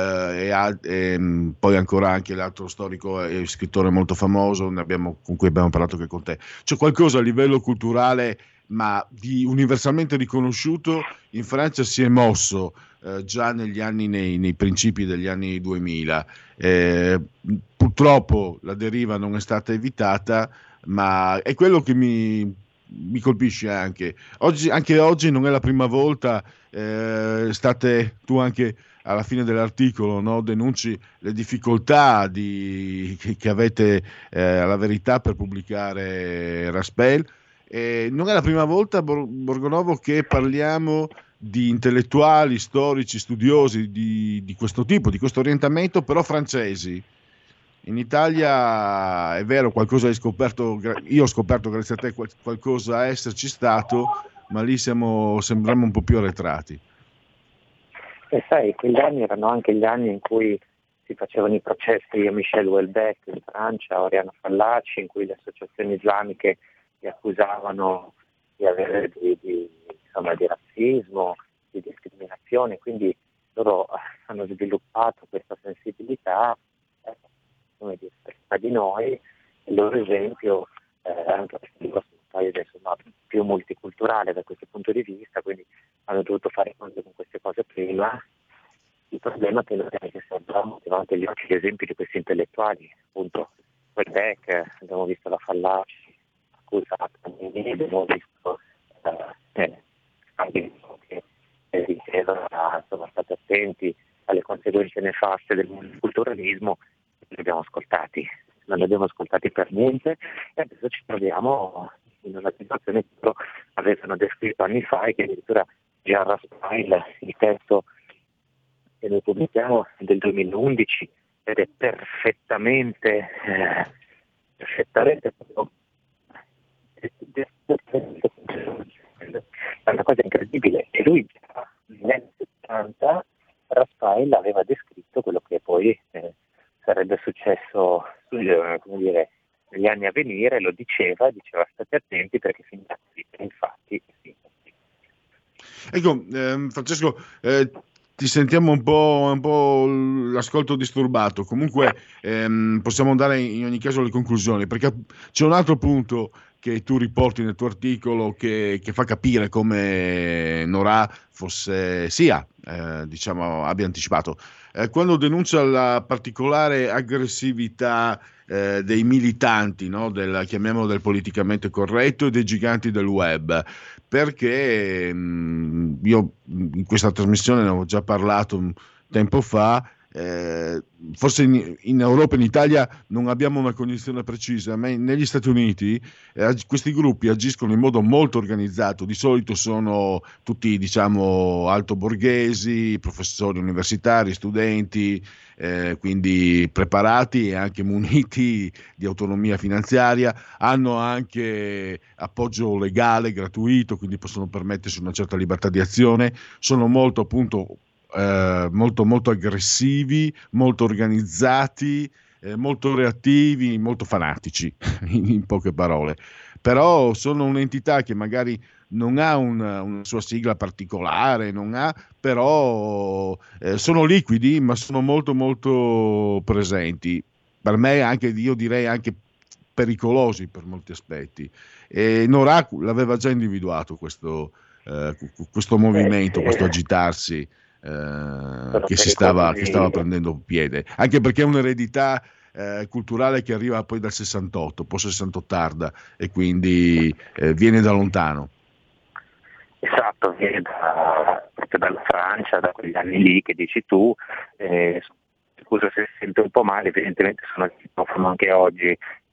e poi ancora anche l'altro storico e scrittore molto famoso con cui abbiamo parlato anche con te. C'è qualcosa a livello culturale ma di universalmente riconosciuto in Francia si è mosso già negli anni, nei principi degli anni 2000. Purtroppo la deriva non è stata evitata, ma è quello che mi colpisce anche oggi non è la prima volta, state tu anche alla fine dell'articolo, no, denunci le difficoltà che avete alla Verità per pubblicare Raspail. Non è la prima volta, Borgonovo, che parliamo di intellettuali, storici, studiosi di questo tipo, di questo orientamento, però francesi. In Italia è vero, qualcosa hai scoperto, io ho scoperto grazie a te qualcosa a esserci stato, ma lì sembriamo un po' più arretrati. Sai, quegli anni erano anche gli anni in cui si facevano i processi a Michel Houellebecq in Francia, Oriana Fallaci, in cui le associazioni islamiche li accusavano di avere di razzismo, di discriminazione, quindi loro hanno sviluppato questa sensibilità prima di noi, e il loro esempio anche un paese più multiculturale da questo punto di vista, quindi hanno dovuto fare conto con queste cose prima. Il problema è che noi anche se abbiamo davanti agli occhi gli esempi di questi intellettuali, appunto Houellebecq, abbiamo visto la Fallaci, scusatemi, abbiamo visto anche che sono stati attenti alle conseguenze nefaste del multiculturalismo, non li abbiamo ascoltati per niente, e adesso ci troviamo in una situazione che loro avevano descritto anni fa e che addirittura Jean Raspail, il testo che noi pubblichiamo del 2011, ed è perfettamente è una cosa incredibile. E lui già negli anni 70 Raspail aveva descritto quello che poi sarebbe successo negli anni a venire, lo diceva state attenti perché infatti sì. Ecco, Francesco, ti sentiamo un po' l'ascolto disturbato, comunque possiamo andare in ogni caso alle conclusioni, perché c'è un altro punto che tu riporti nel tuo articolo che fa capire come Nora abbia anticipato. Quando denuncia la particolare aggressività dei militanti, no? Chiamiamolo del politicamente corretto, e dei giganti del web, perché io in questa trasmissione ne ho già parlato un tempo fa. Forse in Europa e in Italia non abbiamo una cognizione precisa, ma negli Stati Uniti questi gruppi agiscono in modo molto organizzato. Di solito sono tutti, alto borghesi, professori universitari, studenti, quindi preparati e anche muniti di autonomia finanziaria, hanno anche appoggio legale gratuito, quindi possono permettersi una certa libertà di azione, sono molto molto aggressivi, molto organizzati, molto reattivi, molto fanatici, in poche parole. Però sono un'entità che magari non ha una sua sigla particolare, però sono liquidi, ma sono molto molto presenti. Per me io direi anche pericolosi per molti aspetti. E Nora l'aveva già individuato questo movimento, questo agitarsi che stava prendendo piede, anche perché è un'eredità culturale che arriva poi dal 68, post 68 e quindi viene da lontano. Esatto, viene proprio dalla Francia, da quegli anni lì che dici tu. Scusa se si sente un po' male, evidentemente sono al microfono anche oggi,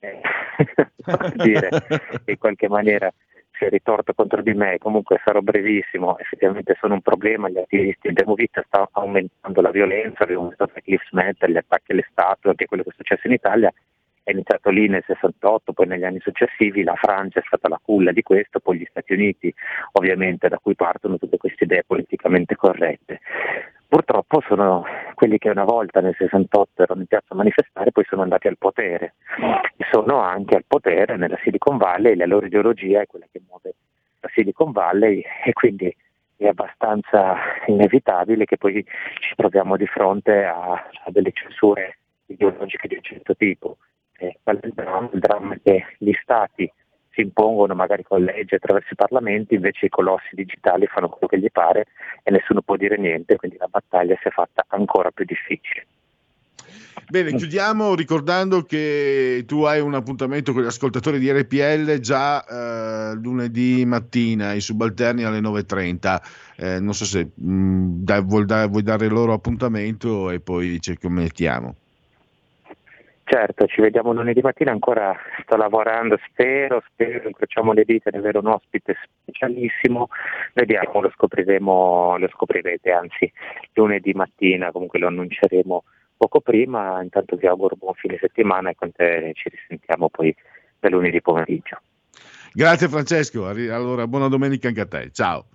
dire in qualche maniera si è ritorto contro di me. Comunque sarò brevissimo, effettivamente sono un problema, gli attivisti, abbiamo visto sta aumentando la violenza, abbiamo visto Black Lives Matter, gli attacchi alle statue, anche quello che è successo in Italia è iniziato lì nel 68, poi negli anni successivi la Francia è stata la culla di questo, poi gli Stati Uniti ovviamente, da cui partono tutte queste idee politicamente corrette. Purtroppo sono quelli che una volta nel 68 erano in piazza a manifestare, poi sono andati al potere, e sono anche al potere nella Silicon Valley, la loro ideologia è quella che muove la Silicon Valley, e quindi è abbastanza inevitabile che poi ci troviamo di fronte a delle censure ideologiche di un certo tipo. Qual è il dramma? Il dramma è che gli stati si impongono magari con leggi attraverso i parlamenti, invece i colossi digitali fanno quello che gli pare e nessuno può dire niente, quindi la battaglia si è fatta ancora più difficile. Bene, chiudiamo ricordando che tu hai un appuntamento con gli ascoltatori di RPL già lunedì mattina, i subalterni alle 9:30. Non so se vuoi dare loro appuntamento e poi ci commentiamo. Certo, ci vediamo lunedì mattina, ancora sto lavorando, spero, incrociamo le dita di avere un ospite specialissimo, vediamo, lo scoprirete, anzi lunedì mattina, comunque lo annunceremo poco prima. Intanto vi auguro buon fine settimana e con te ci risentiamo poi da lunedì pomeriggio. Grazie Francesco, allora buona domenica anche a te, ciao.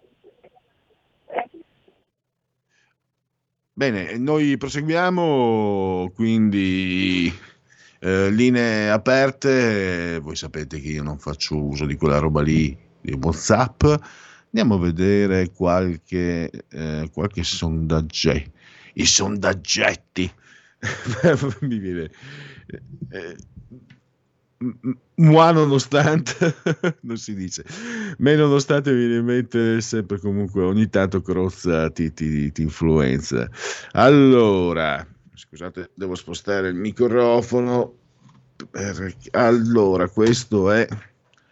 Bene, noi proseguiamo, quindi linee aperte, voi sapete che io non faccio uso di quella roba lì di WhatsApp. Andiamo a vedere qualche sondaggio. I sondaggetti mi viene nonostante non si dice, ma nonostante mi viene in mente sempre, comunque ogni tanto Crozza ti influenza. Allora, scusate, devo spostare il microfono. Allora, questo è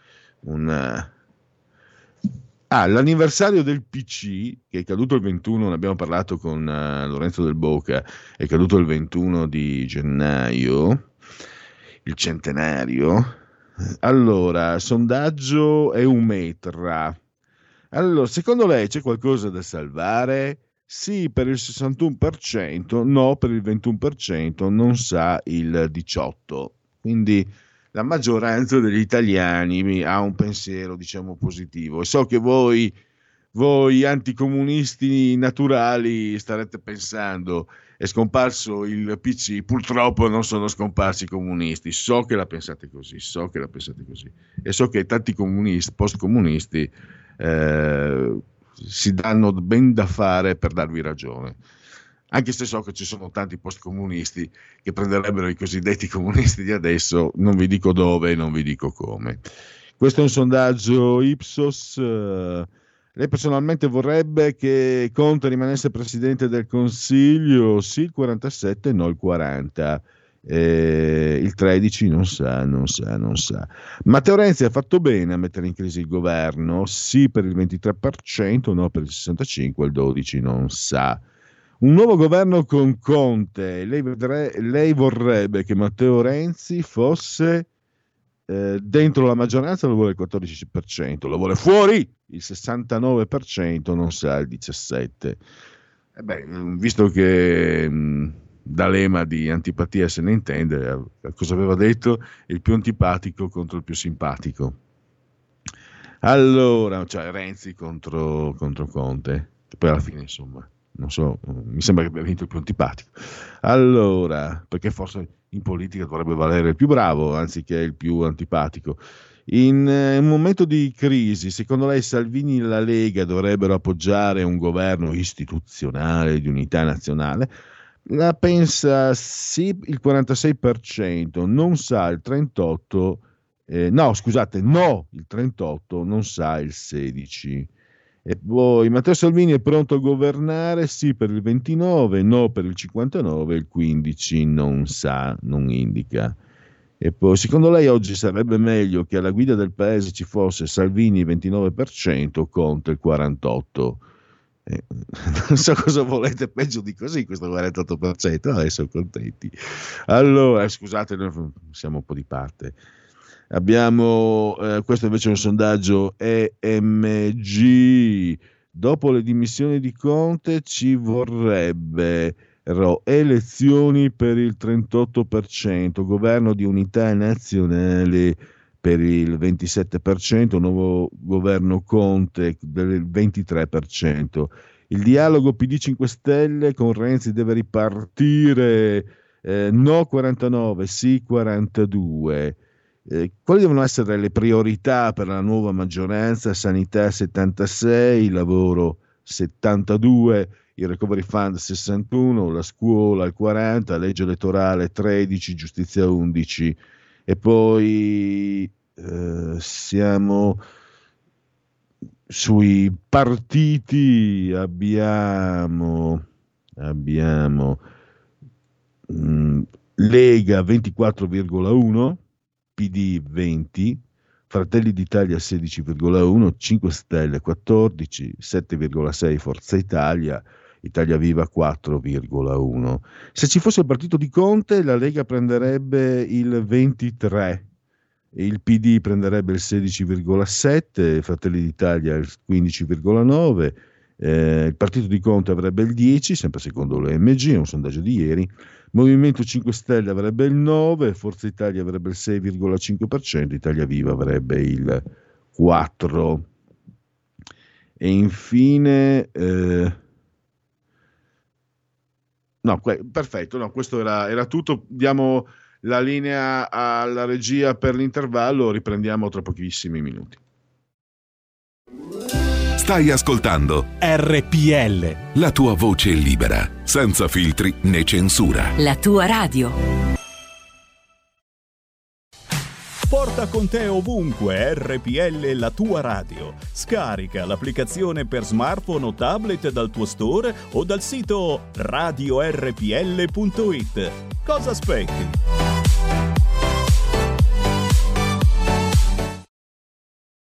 l'anniversario del PC, che è caduto il 21, ne abbiamo parlato con Lorenzo Del Boca, è caduto il 21 di gennaio, il centenario. Allora, sondaggio Eumetra. Allora, secondo lei c'è qualcosa da salvare? Sì per il 61%, no per il 21%, non sa il 18%. Quindi la maggioranza degli italiani ha un pensiero, diciamo, positivo. E so che voi anticomunisti naturali starete pensando: è scomparso il PC, purtroppo non sono scomparsi i comunisti. So che la pensate così, e so che tanti comunisti, post-comunisti si danno ben da fare per darvi ragione. Anche se so che ci sono tanti post-comunisti che prenderebbero i cosiddetti comunisti di adesso, non vi dico dove, non vi dico come. Questo è un sondaggio Ipsos. Lei personalmente vorrebbe che Conte rimanesse Presidente del Consiglio? Sì, il 47, no il 40. Il 13 non sa. Matteo Renzi ha fatto bene a mettere in crisi il governo? Sì per il 23%, no per il 65%, il 12% non sa. Un nuovo governo con Conte, lei vorrebbe che Matteo Renzi fosse dentro la maggioranza? Lo vuole il 14%, lo vuole fuori il 69%, non sa il 17%. Visto che D'Alema di antipatia se ne intende, cosa aveva detto? Il più antipatico contro il più simpatico. Allora, cioè Renzi contro Conte, poi alla fine insomma non so, mi sembra che abbia vinto il più antipatico. Allora, perché forse in politica dovrebbe valere il più bravo anziché il più antipatico. In un momento di crisi, secondo lei Salvini e la Lega dovrebbero appoggiare un governo istituzionale di unità nazionale? La pensa sì il 46%, non sa il 38%, no il 38%, non sa il 16%. E poi Matteo Salvini è pronto a governare? Sì per il 29%, no per il 59%, il 15% non sa, non indica. E poi secondo lei oggi sarebbe meglio che alla guida del paese ci fosse Salvini il 29%, Conte il 48%. Non so cosa volete peggio di così, questo 48%, adesso contenti. Allora, scusate, noi siamo un po' di parte. Abbiamo, questo invece è un sondaggio EMG. Dopo le dimissioni di Conte ci vorrebbero elezioni per il 38%, governo di unità nazionale per il 27%, nuovo governo Conte del 23%. Il dialogo PD 5 Stelle con Renzi deve ripartire, no 49%, sì 42%. Quali devono essere le priorità per la nuova maggioranza? Sanità 76%, lavoro 72%, il recovery fund 61%, la scuola il 40%, legge elettorale 13%, giustizia 11%. E poi siamo sui partiti, abbiamo Lega 24,1%, PD 20%, Fratelli d'Italia 16,1%, 5 Stelle 14%, 7,6% Forza Italia, Italia Viva 4,1%. Se ci fosse il partito di Conte, la Lega prenderebbe il 23%, il PD prenderebbe il 16,7%, Fratelli d'Italia il 15,9%, il partito di Conte avrebbe il 10%, sempre secondo l'OMG, è un sondaggio di ieri, Movimento 5 Stelle avrebbe il 9%, Forza Italia avrebbe il 6,5%, Italia Viva avrebbe il 4%. E infine... perfetto, no, questo era tutto. Diamo la linea alla regia per l'intervallo, riprendiamo tra pochissimi minuti. Stai ascoltando RPL, la tua voce libera, senza filtri né censura. La tua radio. Porta con te ovunque RPL, la tua radio. Scarica l'applicazione per smartphone o tablet dal tuo store o dal sito radiorpl.it. Cosa aspetti?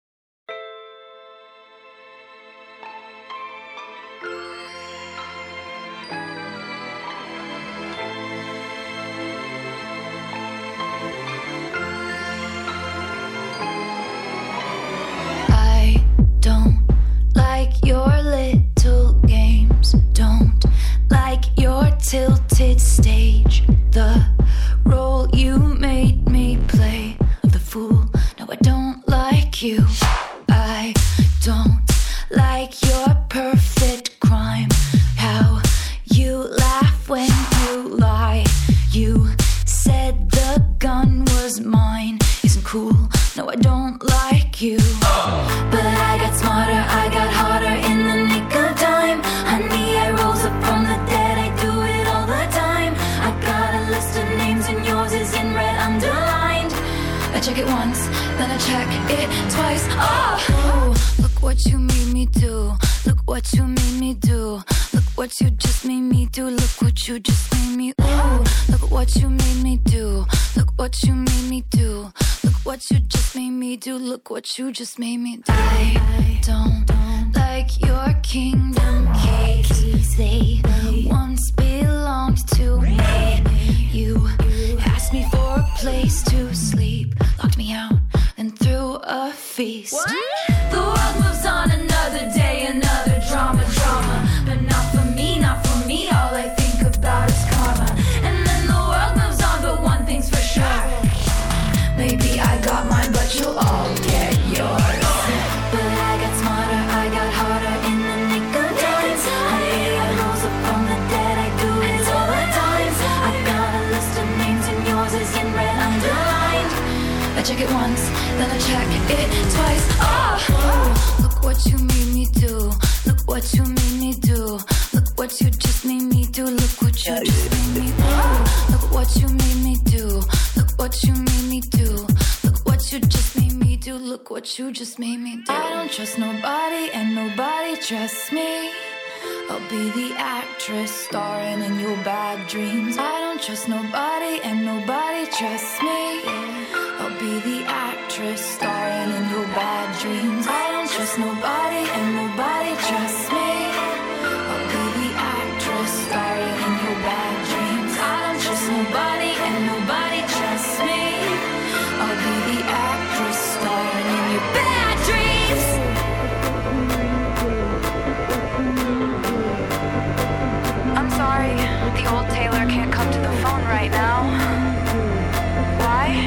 check it once, then I check it twice. Oh, look what you made me do. Look what you made me do. Look what you just made me do. Look what you just made me. Ooh, look what you made me do. Look what you made me do. Look what you just made me do. Look what you just made me do. I don't like your kingdom keys. They once belonged to me. You asked me for a place to sleep, locked me out, then threw a feast. What? The world moves on, another day, another drama, but not for me, not for me. All I think about is karma. And then the world moves on, but one thing's for sure, maybe I got mine, but you'll all get yours. But I got smarter, I got harder in the nick of time. I rose up from the dead, I do it all the time. I got a list of names and yours is in red underlined. I check it once, then I check it twice. Oh, look what you made me do. Look what you made me do. Look what you just made me do. Look what you just made me do. Look what you made me do. Look what you made me do. Look what you just made me do. Look what you just made me do. I don't trust nobody and nobody trusts me. I'll be the actress starring in your bad dreams. I don't trust nobody and nobody trusts me. I'll be the actress starring in your bad dreams. I don't trust nobody and nobody trusts me. I'll be the actress starring in your bad dreams. I don't trust nobody and nobody trusts me. I'll be the actress starring in your bad dreams. I'm sorry, the old Taylor can't come to the phone right now. Why?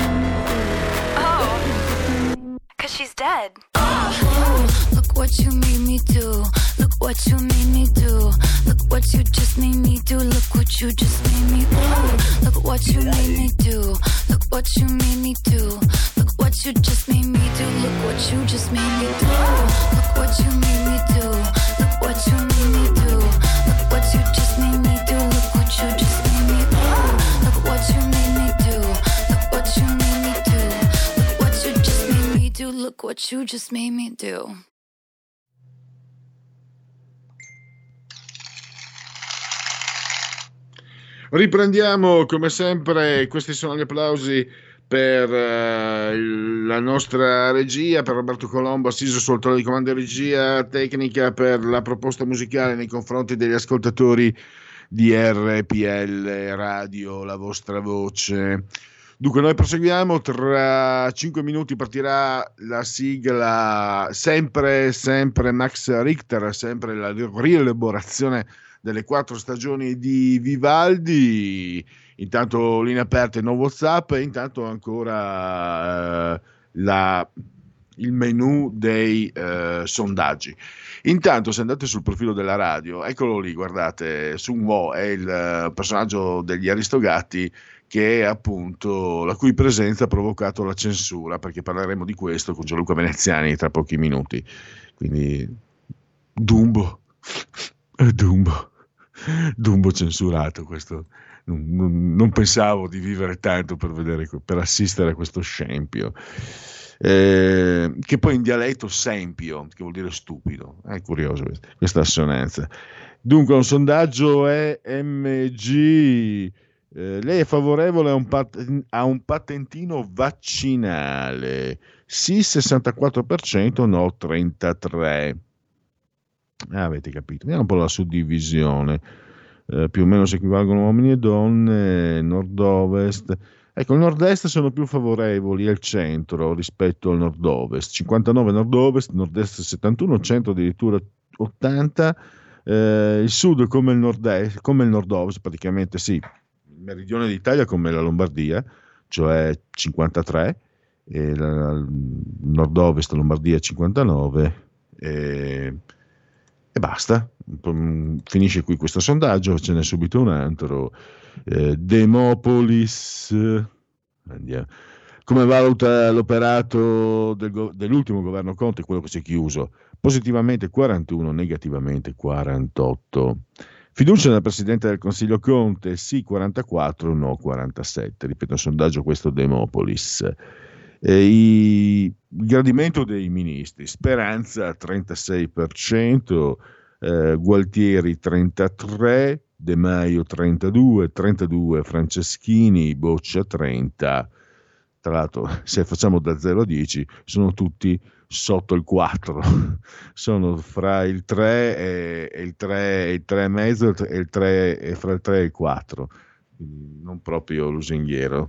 Oh, 'cause she's dead. Oh, look what you made me do. Look what you made me do. Look what you just made me do. Look what you just made me do. Look what you made me do. Look what you made me do. Look what you just made me do. Look what you just made me do. Look what you made me do. Look what you made me do. Look what you just made me do. Look what you just made me do. Look what you made me do. Look what you made me do. Look what you just made me do. Look what you just made me do. Riprendiamo come sempre, questi sono gli applausi per la nostra regia, per Roberto Colombo assiso sul trono di comando e regia tecnica, per la proposta musicale nei confronti degli ascoltatori di RPL Radio, la vostra voce. Dunque noi proseguiamo, tra 5 minuti partirà la sigla, sempre Max Richter, sempre la rielaborazione delle 4 stagioni di Vivaldi. Intanto linee aperte, no WhatsApp, e intanto ancora il menu dei sondaggi. Intanto se andate sul profilo della radio, eccolo lì, guardate, Sun Wo è il personaggio degli Aristogatti, che è appunto la cui presenza ha provocato la censura, perché parleremo di questo con Gianluca Veneziani tra pochi minuti. Quindi Dumbo censurato, questo non pensavo di vivere tanto per assistere a questo scempio, che poi in dialetto sempio, che vuol dire stupido. È curioso questa assonanza. Dunque un sondaggio EMG, lei è favorevole a un patentino vaccinale? Sì 64%, no 33%. Avete capito? Vediamo un po' la suddivisione. Più o meno si equivalgono uomini e donne. Nord-ovest. Ecco, il nord-est sono più favorevoli al centro rispetto al nord-ovest. 59 nord-ovest, nord-est 71, centro addirittura 80. Il sud come il nord-est, come il nord-ovest, praticamente sì. Il meridione d'Italia come la Lombardia, cioè 53, e il nord-ovest Lombardia 59. E basta, finisce qui questo sondaggio, ce n'è subito un altro. Demopolis, andiamo. Come valuta l'operato dell'ultimo governo Conte, quello che si è chiuso? Positivamente 41, negativamente 48. Fiducia nel Presidente del Consiglio Conte, sì 44, no 47. Ripeto, il sondaggio questo Demopolis. Il gradimento dei ministri: Speranza 36%, Gualtieri 33%, De Maio 32 Franceschini, Boccia 30. Tra l'altro, se facciamo da 0 a 10 sono tutti sotto il 4, sono fra il 3 e il 3,5 e il 3 e fra il 3 e il 4, quindi non proprio lusinghiero.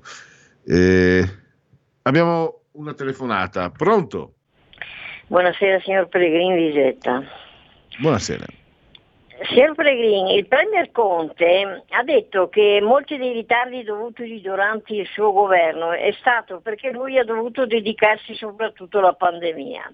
Abbiamo una telefonata. Pronto? Buonasera signor Pellegrini Lisetta. Buonasera. Signor Pellegrini, il Premier Conte ha detto che molti dei ritardi dovuti durante il suo governo è stato perché lui ha dovuto dedicarsi soprattutto alla pandemia.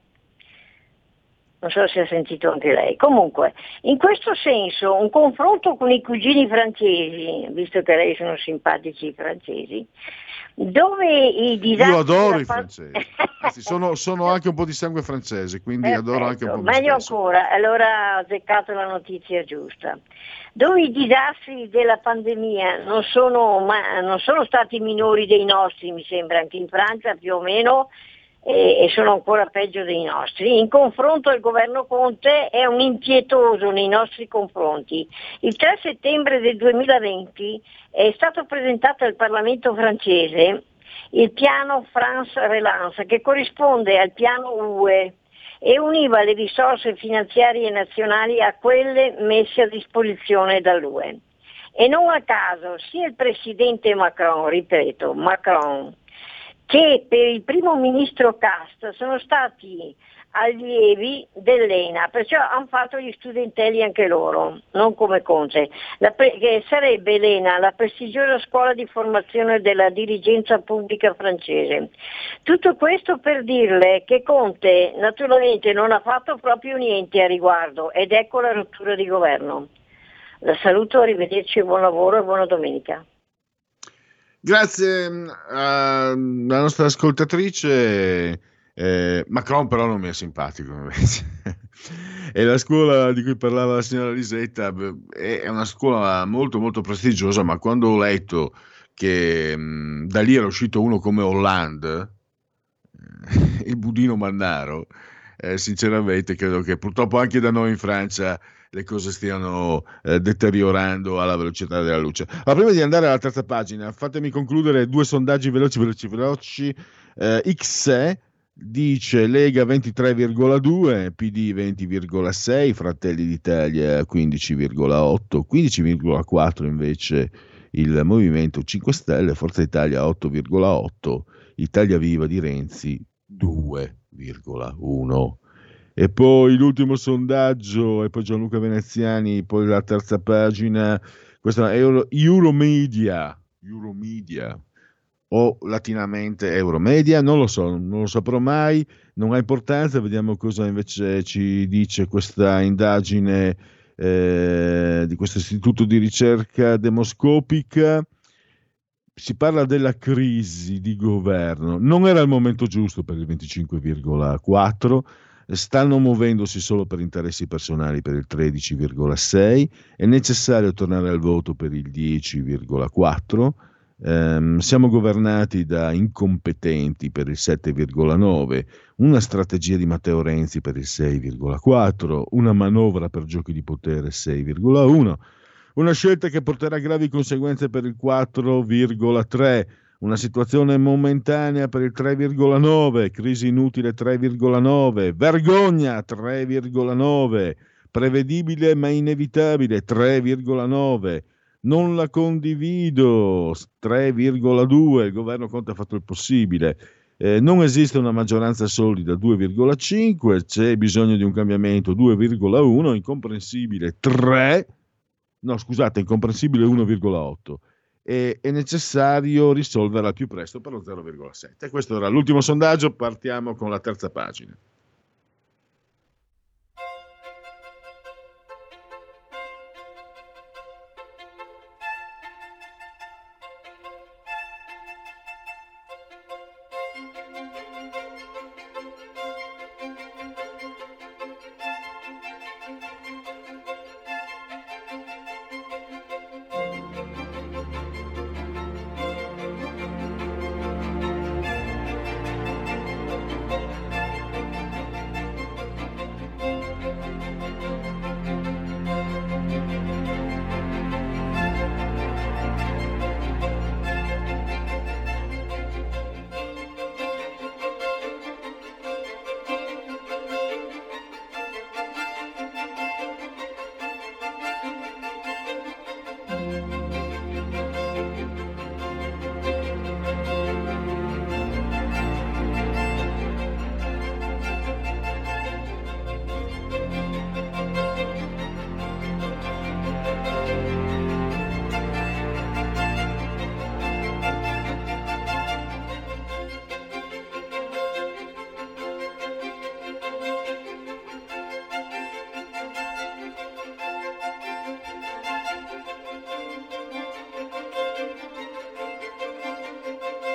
Non so se ha sentito anche lei. Comunque, in questo senso, un confronto con i cugini francesi, visto che a lei sono simpatici i francesi, dove i disastri... Io adoro i francesi, anzi, sono anche un po' di sangue francese, quindi adoro anche un po' di meglio ancora, allora ha azzeccato la notizia giusta. Dove i disastri della pandemia non sono stati minori dei nostri, mi sembra, anche in Francia più o meno, e sono ancora peggio dei nostri. In confronto il governo Conte è un impietoso nei nostri confronti. Il 3 settembre del 2020 è stato presentato al Parlamento francese il piano France Relance, che corrisponde al piano UE e univa le risorse finanziarie nazionali a quelle messe a disposizione dall'UE. E non a caso sia il presidente Macron, ripeto, Macron, che per il primo ministro Cast sono stati allievi dell'ENA, perciò hanno fatto gli studentelli anche loro, non come Conte, che sarebbe l'ENA, la prestigiosa scuola di formazione della dirigenza pubblica francese. Tutto questo per dirle che Conte naturalmente non ha fatto proprio niente a riguardo, ed ecco la rottura di governo. La saluto, arrivederci, buon lavoro e buona domenica. Grazie alla nostra ascoltatrice. Macron però non mi è simpatico invece. E la scuola di cui parlava la signora Lisetta è una scuola molto molto prestigiosa, ma quando ho letto che da lì era uscito uno come Hollande, il budino Mannaro, sinceramente credo che purtroppo anche da noi in Francia le cose stiano deteriorando alla velocità della luce. Ma prima di andare alla terza pagina, fatemi concludere 2 sondaggi veloci. XE dice Lega 23,2, PD 20,6, Fratelli d'Italia 15,8, 15,4 invece il Movimento 5 Stelle, Forza Italia 8,8, Italia Viva di Renzi 2,1. E poi l'ultimo sondaggio, e poi Gianluca Veneziani, poi la terza pagina, questa è Euromedia, o latinamente Euromedia, non lo so, non lo saprò mai, non ha importanza, vediamo cosa invece ci dice questa indagine di questo istituto di ricerca demoscopica. Si parla della crisi di governo, non era il momento giusto per il 25,4%, stanno muovendosi solo per interessi personali per il 13,6%, è necessario tornare al voto per il 10,4%, siamo governati da incompetenti per il 7,9%, una strategia di Matteo Renzi per il 6,4%, una manovra per giochi di potere 6,1%, una scelta che porterà gravi conseguenze per il 4,3%, una situazione momentanea per il 3,9%, crisi inutile 3,9%, vergogna 3,9%, prevedibile ma inevitabile 3,9%, non la condivido 3,2%, il governo Conte ha fatto il possibile, non esiste una maggioranza solida 2,5%, c'è bisogno di un cambiamento 2,1%, incomprensibile 1,8%. È necessario risolverla al più presto per lo 0,7. Questo era l'ultimo sondaggio, partiamo con la terza pagina.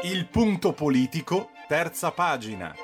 Il punto politico, terza pagina.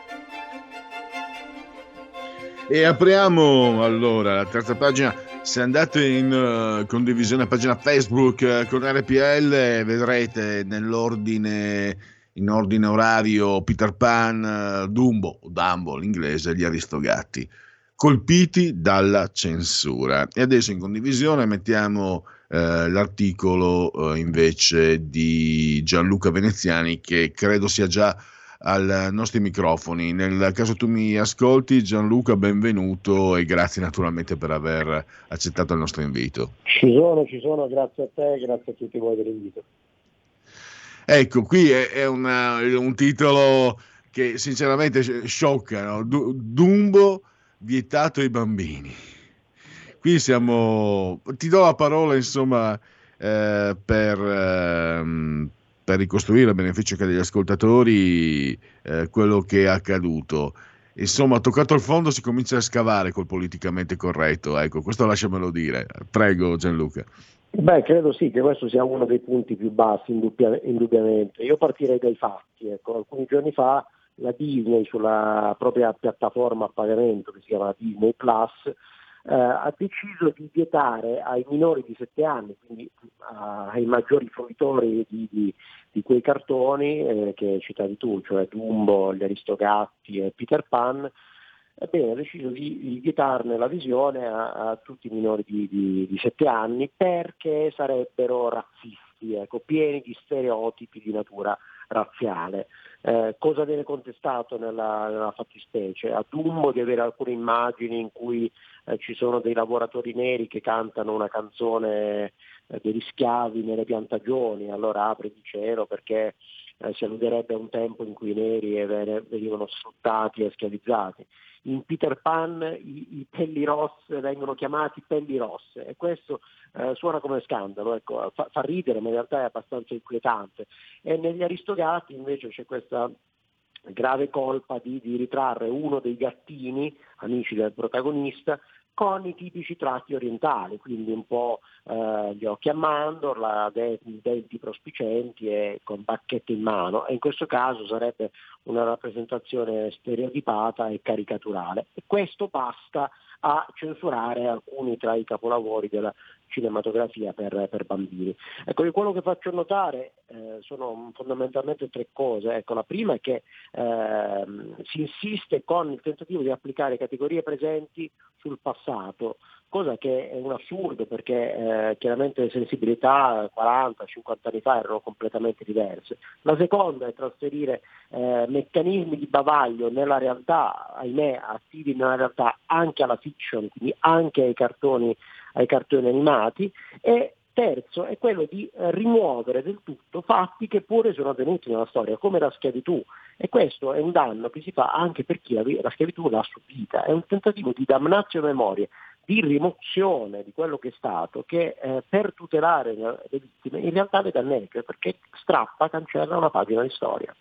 E apriamo allora la terza pagina. Se andate in condivisione a pagina Facebook con RPL, vedrete in ordine orario Peter Pan, Dumbo, Dumbo l'inglese, gli Aristogatti, colpiti dalla censura. E adesso in condivisione mettiamo l'articolo invece di Gianluca Veneziani, che credo sia già ai nostri microfoni. Nel caso tu mi ascolti, Gianluca, benvenuto e grazie naturalmente per aver accettato il nostro invito. Ci sono, grazie a te, grazie a tutti voi dell'invito. Ecco, qui è un titolo che sinceramente sciocca, no? Dumbo vietato ai bambini. Qui ti do la parola insomma per ricostruire a beneficio anche degli ascoltatori quello che è accaduto. Insomma, toccato il fondo si comincia a scavare col politicamente corretto, ecco, questo lasciamelo dire. Prego Gianluca. Beh, credo sì che questo sia uno dei punti più bassi, indubbiamente. Io partirei dai fatti. Ecco, alcuni giorni fa la Disney, sulla propria piattaforma a pagamento che si chiama Disney Plus, ha deciso di vietare ai minori di 7 anni, quindi ai maggiori fruitori di quei cartoni che citavi tu, cioè Dumbo, gli Aristogatti e Peter Pan, ebbene ha deciso di vietarne la visione a tutti i minori di 7 anni perché sarebbero razzisti, ecco, pieni di stereotipi di natura razziale. Cosa viene contestato nella fattispecie? A Dumbo di avere alcune immagini in cui ci sono dei lavoratori neri che cantano una canzone degli schiavi nelle piantagioni, allora apre di cielo perché si alluderebbe a un tempo in cui i neri venivano sfruttati e schiavizzati. In Peter Pan i pelli rosse vengono chiamati pelli rosse e questo suona come scandalo, ecco, fa ridere, ma in realtà è abbastanza inquietante. E negli Aristogatti invece c'è questa grave colpa di ritrarre uno dei gattini, amici del protagonista, con i tipici tratti orientali, quindi un po' gli occhi a mandorla, denti prospicenti e con bacchette in mano, e in questo caso sarebbe una rappresentazione stereotipata e caricaturale. E questo basta a censurare alcuni tra i capolavori della cinematografia per bambini. Ecco, quello che faccio notare sono fondamentalmente 3 cose. Ecco, la prima è che si insiste con il tentativo di applicare categorie presenti sul passato, cosa che è un assurdo perché chiaramente le sensibilità 40-50 anni fa erano completamente diverse. La seconda è trasferire meccanismi di bavaglio nella realtà, ahimè attivi nella realtà anche alla fiction, quindi anche ai cartoni animati, e terzo è quello di rimuovere del tutto fatti che pure sono avvenuti nella storia, come la schiavitù, e questo è un danno che si fa anche per chi la schiavitù l'ha subita, è un tentativo di damnatio memoria, di rimozione di quello che è stato, che per tutelare le vittime in realtà le danneggia, perché cancella una pagina di storia.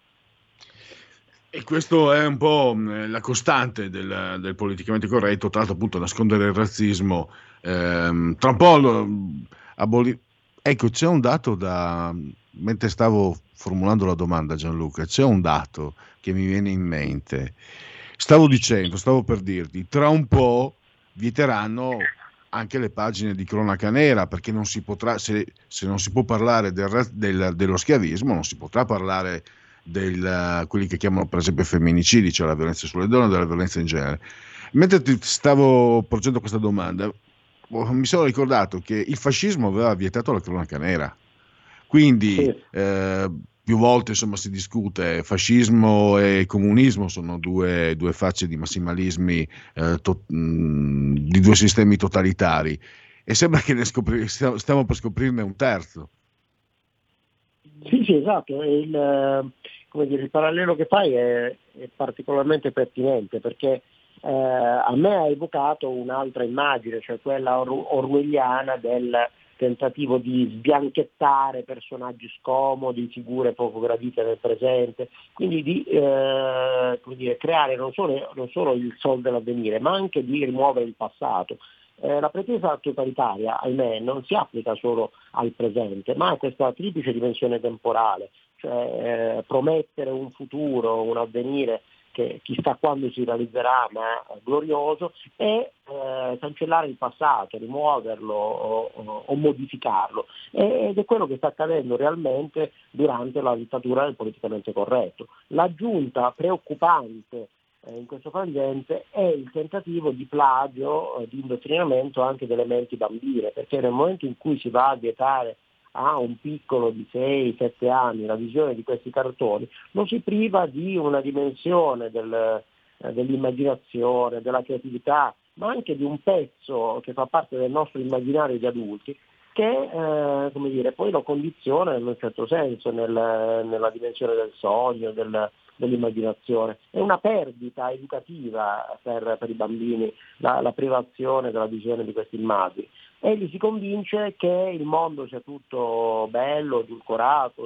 E questo è un po' la costante del politicamente corretto, tra l'altro appunto nascondere il razzismo, tra un po' Ecco, c'è un dato mentre stavo formulando la domanda, Gianluca, c'è un dato che mi viene in mente. Stavo per dirti, tra un po' vieteranno anche le pagine di cronaca nera, perché non si potrà, se non si può parlare dello schiavismo, non si potrà parlare quelli che chiamano per esempio femminicidi, cioè la violenza sulle donne, della violenza in genere. Mentre ti stavo porgendo questa domanda, mi sono ricordato che il fascismo aveva vietato la cronaca nera, quindi sì. Più volte insomma si discute, fascismo e comunismo sono due facce di massimalismi, di 2 sistemi totalitari, e sembra che stiamo per scoprirne un terzo. Sì, esatto, il parallelo che fai è particolarmente pertinente, perché a me ha evocato un'altra immagine, cioè quella orwelliana del tentativo di sbianchettare personaggi scomodi, figure poco gradite nel presente, quindi di creare non solo il sol dell'avvenire, ma anche di rimuovere il passato. La pretesa totalitaria, ahimè, non si applica solo al presente, ma a questa triplice dimensione temporale, cioè promettere un futuro, un avvenire che chissà quando si realizzerà, ma glorioso, e cancellare il passato, rimuoverlo o modificarlo. Ed è quello che sta accadendo realmente durante la dittatura del politicamente corretto. L'aggiunta preoccupante in questo frangente è il tentativo di plagio, di indottrinamento anche delle menti bambine, perché nel momento in cui si va a vietare a un piccolo di 6-7 anni la visione di questi cartoni, lo si priva di una dimensione dell'immaginazione, della creatività, ma anche di un pezzo che fa parte del nostro immaginario di adulti, che poi lo condiziona in un certo senso nella dimensione del sogno, dell'immaginazione. È una perdita educativa per i bambini la privazione della visione di queste immagini. Egli si convince che il mondo sia tutto bello, edulcorato,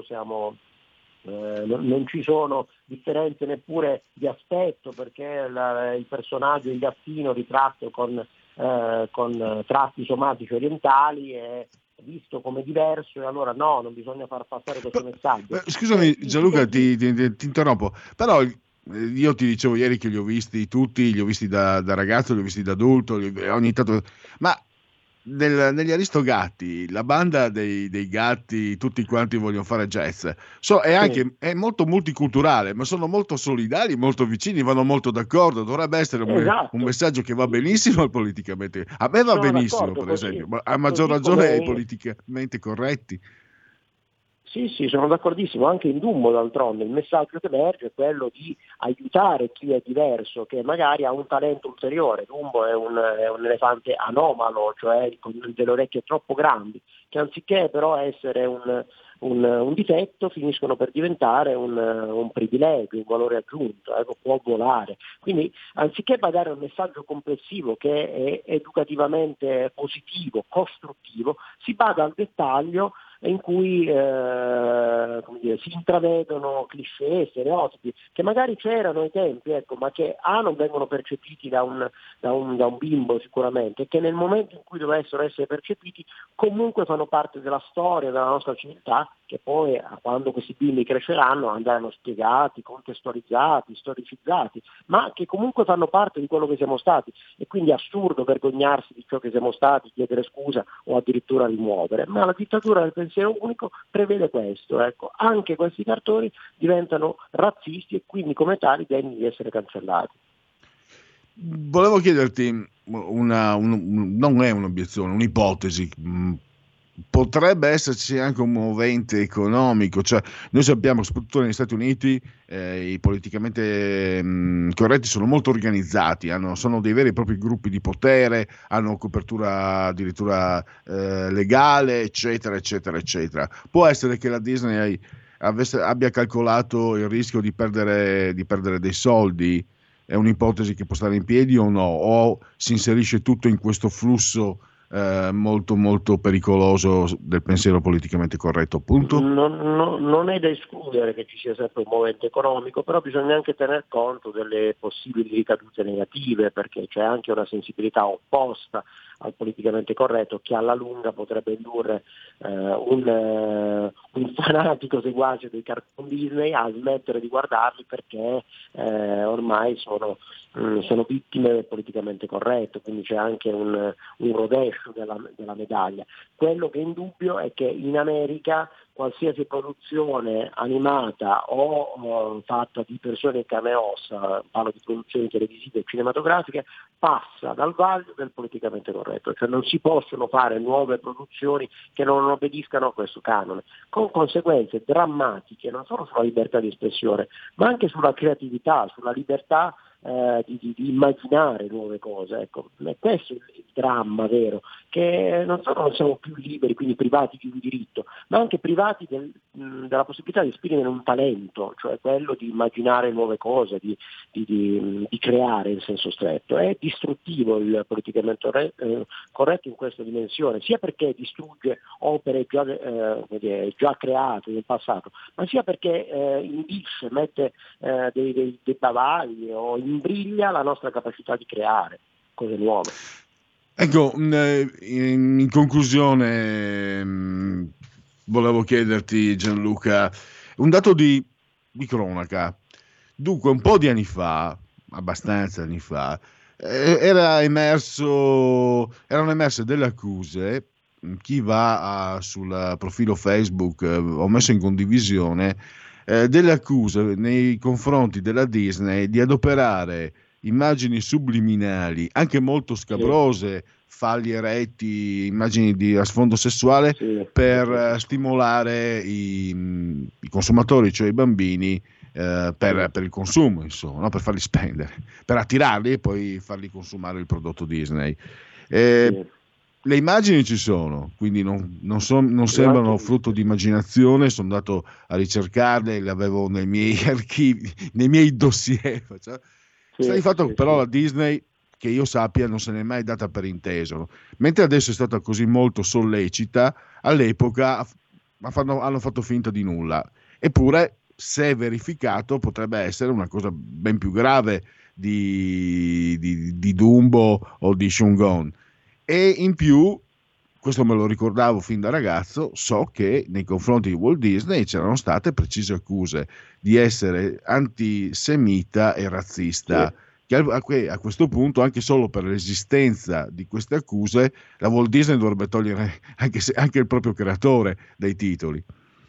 non ci sono differenze neppure di aspetto, perché il personaggio, il gattino ritratto con tratti somatici orientali è visto come diverso, e allora no, non bisogna far passare questo messaggio. Scusami Gianluca, ti interrompo, però io ti dicevo ieri che li ho visti tutti, li ho visti da ragazzo, li ho visti da adulto, ogni tanto, ma negli Aristogatti, la banda dei gatti, tutti quanti vogliono fare jazz, è molto multiculturale, ma sono molto solidari, molto vicini, vanno molto d'accordo. Dovrebbe essere un messaggio che va benissimo al politicamente. A me va benissimo, per esempio, ma a maggior ragione ai politicamente corretti. Sì, sono d'accordissimo, anche in Dumbo d'altronde il messaggio che emerge è quello di aiutare chi è diverso, che magari ha un talento ulteriore. Dumbo è un elefante anomalo, cioè con delle orecchie troppo grandi, che anziché però essere un difetto finiscono per diventare un privilegio, un valore aggiunto, può volare. Quindi anziché dare un messaggio complessivo che è educativamente positivo, costruttivo, si bada al dettaglio in cui si intravedono cliché, stereotipi che magari c'erano ai tempi, ma che non vengono percepiti da un bimbo sicuramente, e che nel momento in cui dovessero essere percepiti comunque fanno parte della storia della nostra civiltà, che poi quando questi bimbi cresceranno andranno spiegati, contestualizzati, storicizzati, ma che comunque fanno parte di quello che siamo stati, e quindi è assurdo vergognarsi di ciò che siamo stati, chiedere scusa o addirittura rimuovere. Ma la dittatura del pensiero unico prevede questo, anche questi cartoni diventano razzisti e quindi come tali degni di essere cancellati. Volevo chiederti non è un'obiezione, un'ipotesi. Potrebbe esserci anche un movente economico, cioè noi sappiamo, soprattutto negli Stati Uniti, i politicamente corretti sono molto organizzati, sono dei veri e propri gruppi di potere, hanno copertura addirittura legale, eccetera, eccetera, eccetera. Può essere che la Disney abbia calcolato il rischio di perdere dei soldi? È un'ipotesi che può stare in piedi o no? O si inserisce tutto in questo flusso molto molto pericoloso del pensiero politicamente corretto, appunto? Non è da escludere che ci sia sempre un movente economico, però bisogna anche tener conto delle possibili ricadute negative, perché c'è anche una sensibilità opposta al politicamente corretto che alla lunga potrebbe indurre un fanatico seguace dei cartoni Disney a smettere di guardarli, perché ormai sono vittime del politicamente corretto, quindi c'è anche un rovescio della medaglia. Quello che è indubbio è che in America qualsiasi produzione animata o fatta di persone in carne e ossa, parlo di produzioni televisive e cinematografiche, passa dal vaglio del politicamente corretto, cioè non si possono fare nuove produzioni che non obbediscano a questo canone, con conseguenze drammatiche non solo sulla libertà di espressione, ma anche sulla creatività, sulla libertà di immaginare nuove cose. Ecco, è questo il dramma vero, che non solo non siamo più liberi, quindi privati di un diritto, ma anche privati della possibilità di esprimere un talento, cioè quello di immaginare nuove cose, di creare in senso stretto. È distruttivo il politicamente corretto in questa dimensione, sia perché distrugge opere già create nel passato, ma sia perché indisce, mette dei bavagli o imbriglia la nostra capacità di creare cose nuove. Ecco, in conclusione volevo chiederti, Gianluca, Un dato di cronaca. Dunque, un po' di anni fa, abbastanza anni fa, erano emerse delle accuse. Chi va sul profilo Facebook, ho messo in condivisione delle accuse nei confronti della Disney di adoperare immagini subliminali, anche molto scabrose, falli eretti, immagini a sfondo sessuale, per stimolare i consumatori, cioè i bambini, per il consumo, insomma, no? Per farli spendere, per attirarli e poi farli consumare il prodotto Disney. Le immagini ci sono, quindi non sembrano frutto di immaginazione. Sono andato a ricercarle, le avevo nei miei archivi, nei miei dossier. Sta di fatto però la Disney, che io sappia, non se n'è mai data per inteso. Mentre adesso è stata così molto sollecita, all'epoca hanno fatto finta di nulla. Eppure, se verificato, potrebbe essere una cosa ben più grave di Dumbo o di Shungon. E in più, questo me lo ricordavo fin da ragazzo, so che nei confronti di Walt Disney c'erano state precise accuse di essere antisemita e razzista, che a questo punto, anche solo per l'esistenza di queste accuse, la Walt Disney dovrebbe togliere anche il proprio creatore dai titoli.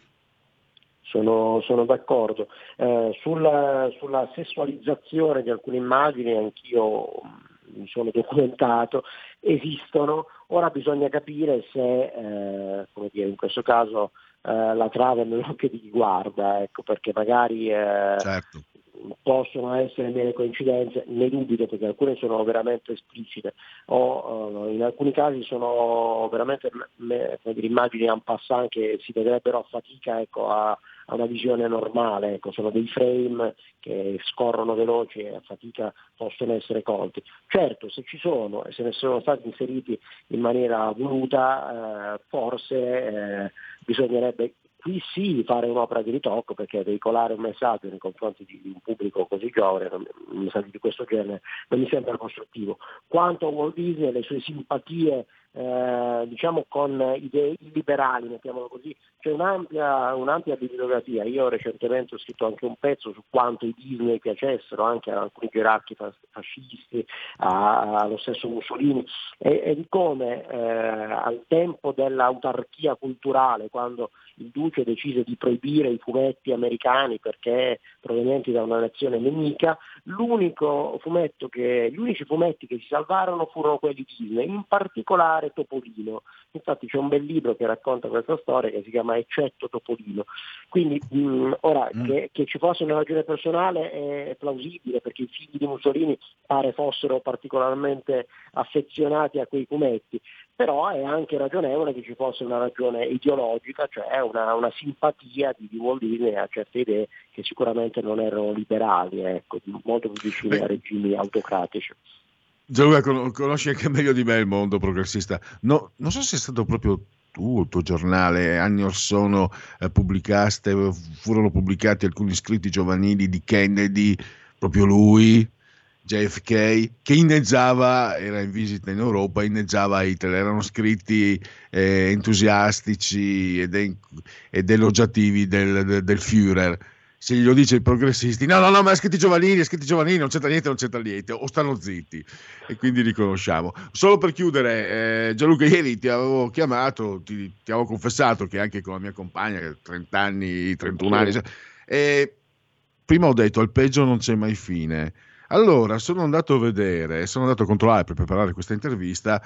Sono d'accordo. Sulla sessualizzazione di alcune immagini anch'io mi sono documentato, esistono. Ora bisogna capire se, come dire, in questo caso la trave nell'occhio di chi guarda, ecco, perché magari possono essere mere coincidenze, ne dubito, perché alcune sono veramente esplicite, o in alcuni casi sono veramente immagini en passant che si vedrebbero a fatica, ecco, a una visione normale, ecco, sono dei frame che scorrono veloci e a fatica possono essere colti. Certo, se ci sono e se ne sono stati inseriti in maniera voluta, forse bisognerebbe qui sì fare un'opera di ritocco, perché veicolare un messaggio nei confronti di un pubblico così giovane, un messaggio di questo genere, non mi sembra costruttivo. Quanto a Walt Disney e le sue simpatie, diciamo con idee liberali, mettiamolo così, c'è un'ampia bibliografia. Io recentemente ho scritto anche un pezzo su quanto i Disney piacessero anche a alcuni gerarchi fascisti, allo stesso Mussolini, e di come al tempo dell'autarchia culturale, quando il duce decise di proibire i fumetti americani perché provenienti da una nazione nemica, gli unici fumetti che si salvarono furono quelli Disney, in particolare Topolino. Infatti c'è un bel libro che racconta questa storia che si chiama Eccetto Topolino. Quindi ora che ci fosse una ragione personale è plausibile, perché i figli di Mussolini pare fossero particolarmente affezionati a quei fumetti, però è anche ragionevole che ci fosse una ragione ideologica, cioè una simpatia di Walt Disney a certe idee che sicuramente non erano liberali, ecco, molto più vicine a regimi autocratici. Gianluca, conosci anche meglio di me il mondo progressista. No, non so se è stato proprio tu, il tuo giornale, anni or sono furono pubblicati alcuni scritti giovanili di Kennedy, proprio lui, JFK, che inneggiava, era in visita in Europa, inneggiava Hitler. Erano scritti entusiastici ed elogiativi del Führer. Se glielo dice i progressisti, no, ma scritti giovanili, non c'entra niente, o stanno zitti, e quindi riconosciamo. Solo per chiudere, Gianluca, ieri ti avevo chiamato, ti avevo confessato che anche con la mia compagna, che ha 30 anni, 31 anni, e prima ho detto, al peggio non c'è mai fine. Allora, sono andato a controllare per preparare questa intervista.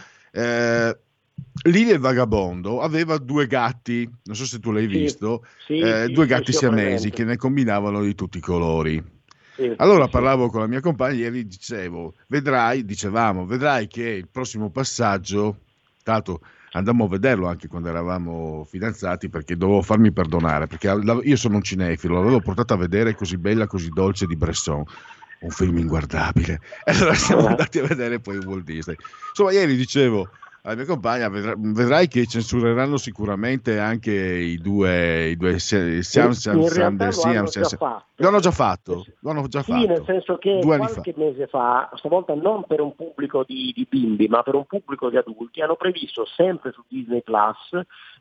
Lili il Vagabondo aveva 2 gatti, non so se tu l'hai visto, 2 gatti siamesi che ne combinavano di tutti i colori. Allora parlavo con la mia compagna ieri, vedrai che il prossimo passaggio, tanto andammo a vederlo anche quando eravamo fidanzati, perché dovevo farmi perdonare, perché io sono un cinefilo, l'avevo portata a vedere Così bella, così dolce di Bresson, un film inguardabile, e allora siamo andati a vedere poi Walt Disney. Insomma, ieri dicevo alla mia compagna, vedrai che censureranno sicuramente anche i due Siam. L'hanno già fatto. Sì, nel senso che qualche mese fa, stavolta non per un pubblico di bimbi, ma per un pubblico di adulti, hanno previsto sempre su Disney Plus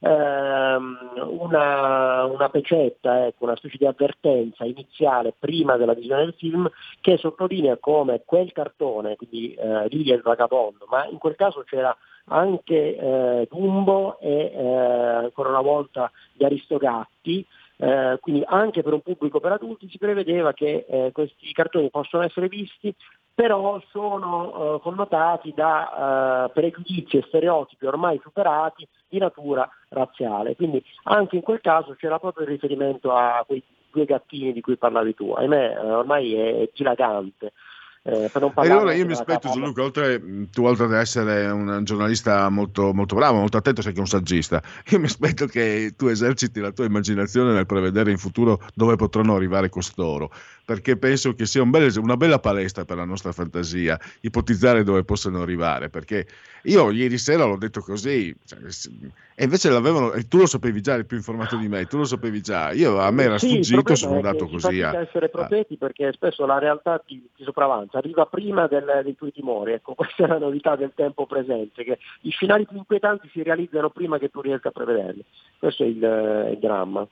una pecetta, ecco, una specie di avvertenza iniziale prima della visione del film, che sottolinea come quel cartone, quindi Lily e il vagabondo, ma in quel caso c'era anche Dumbo e ancora una volta gli Aristogatti, quindi anche per un pubblico per adulti si prevedeva che questi cartoni possono essere visti, però sono connotati da pregiudizi e stereotipi ormai superati di natura razziale, quindi anche in quel caso c'era proprio il riferimento a quei due gattini di cui parlavi tu. Ahimè, ormai è dilagante. Per non e allora io mi aspetto, Gianluca, oltre ad essere un giornalista molto, molto bravo, molto attento, sei anche un saggista, io mi aspetto che tu eserciti la tua immaginazione nel prevedere in futuro dove potranno arrivare costoro, perché penso che sia una bella palestra per la nostra fantasia ipotizzare dove possano arrivare, perché io ieri sera l'ho detto così, e invece l'avevano, e tu lo sapevi già, eri più informato di me, tu lo sapevi già, a me era sfuggito, sono andato così a essere profeti, perché spesso la realtà ti sopravanza, arriva prima dei tuoi timori. Ecco, questa è la novità del tempo presente, che i scenari più inquietanti si realizzano prima che tu riesca a prevederli. Questo è il dramma.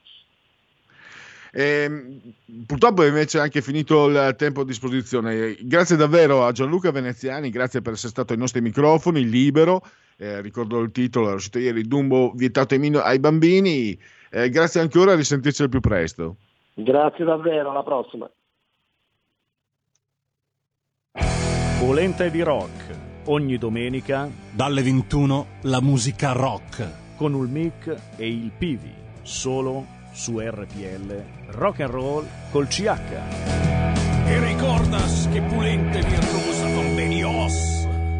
Purtroppo invece è anche finito il tempo a disposizione. Grazie davvero a Gianluca Veneziani, grazie per essere stato ai nostri microfoni, libero. Ricordo il titolo, è uscito ieri, Dumbo vietato ai bambini. Grazie ancora, a risentirci al più presto. Grazie davvero, alla prossima. Polenta di rock, ogni domenica dalle 21 la musica rock con il Mic e il Pivi, solo su RPL Rock and Roll col CH. E ricordas che Pulente virtuosa convenios.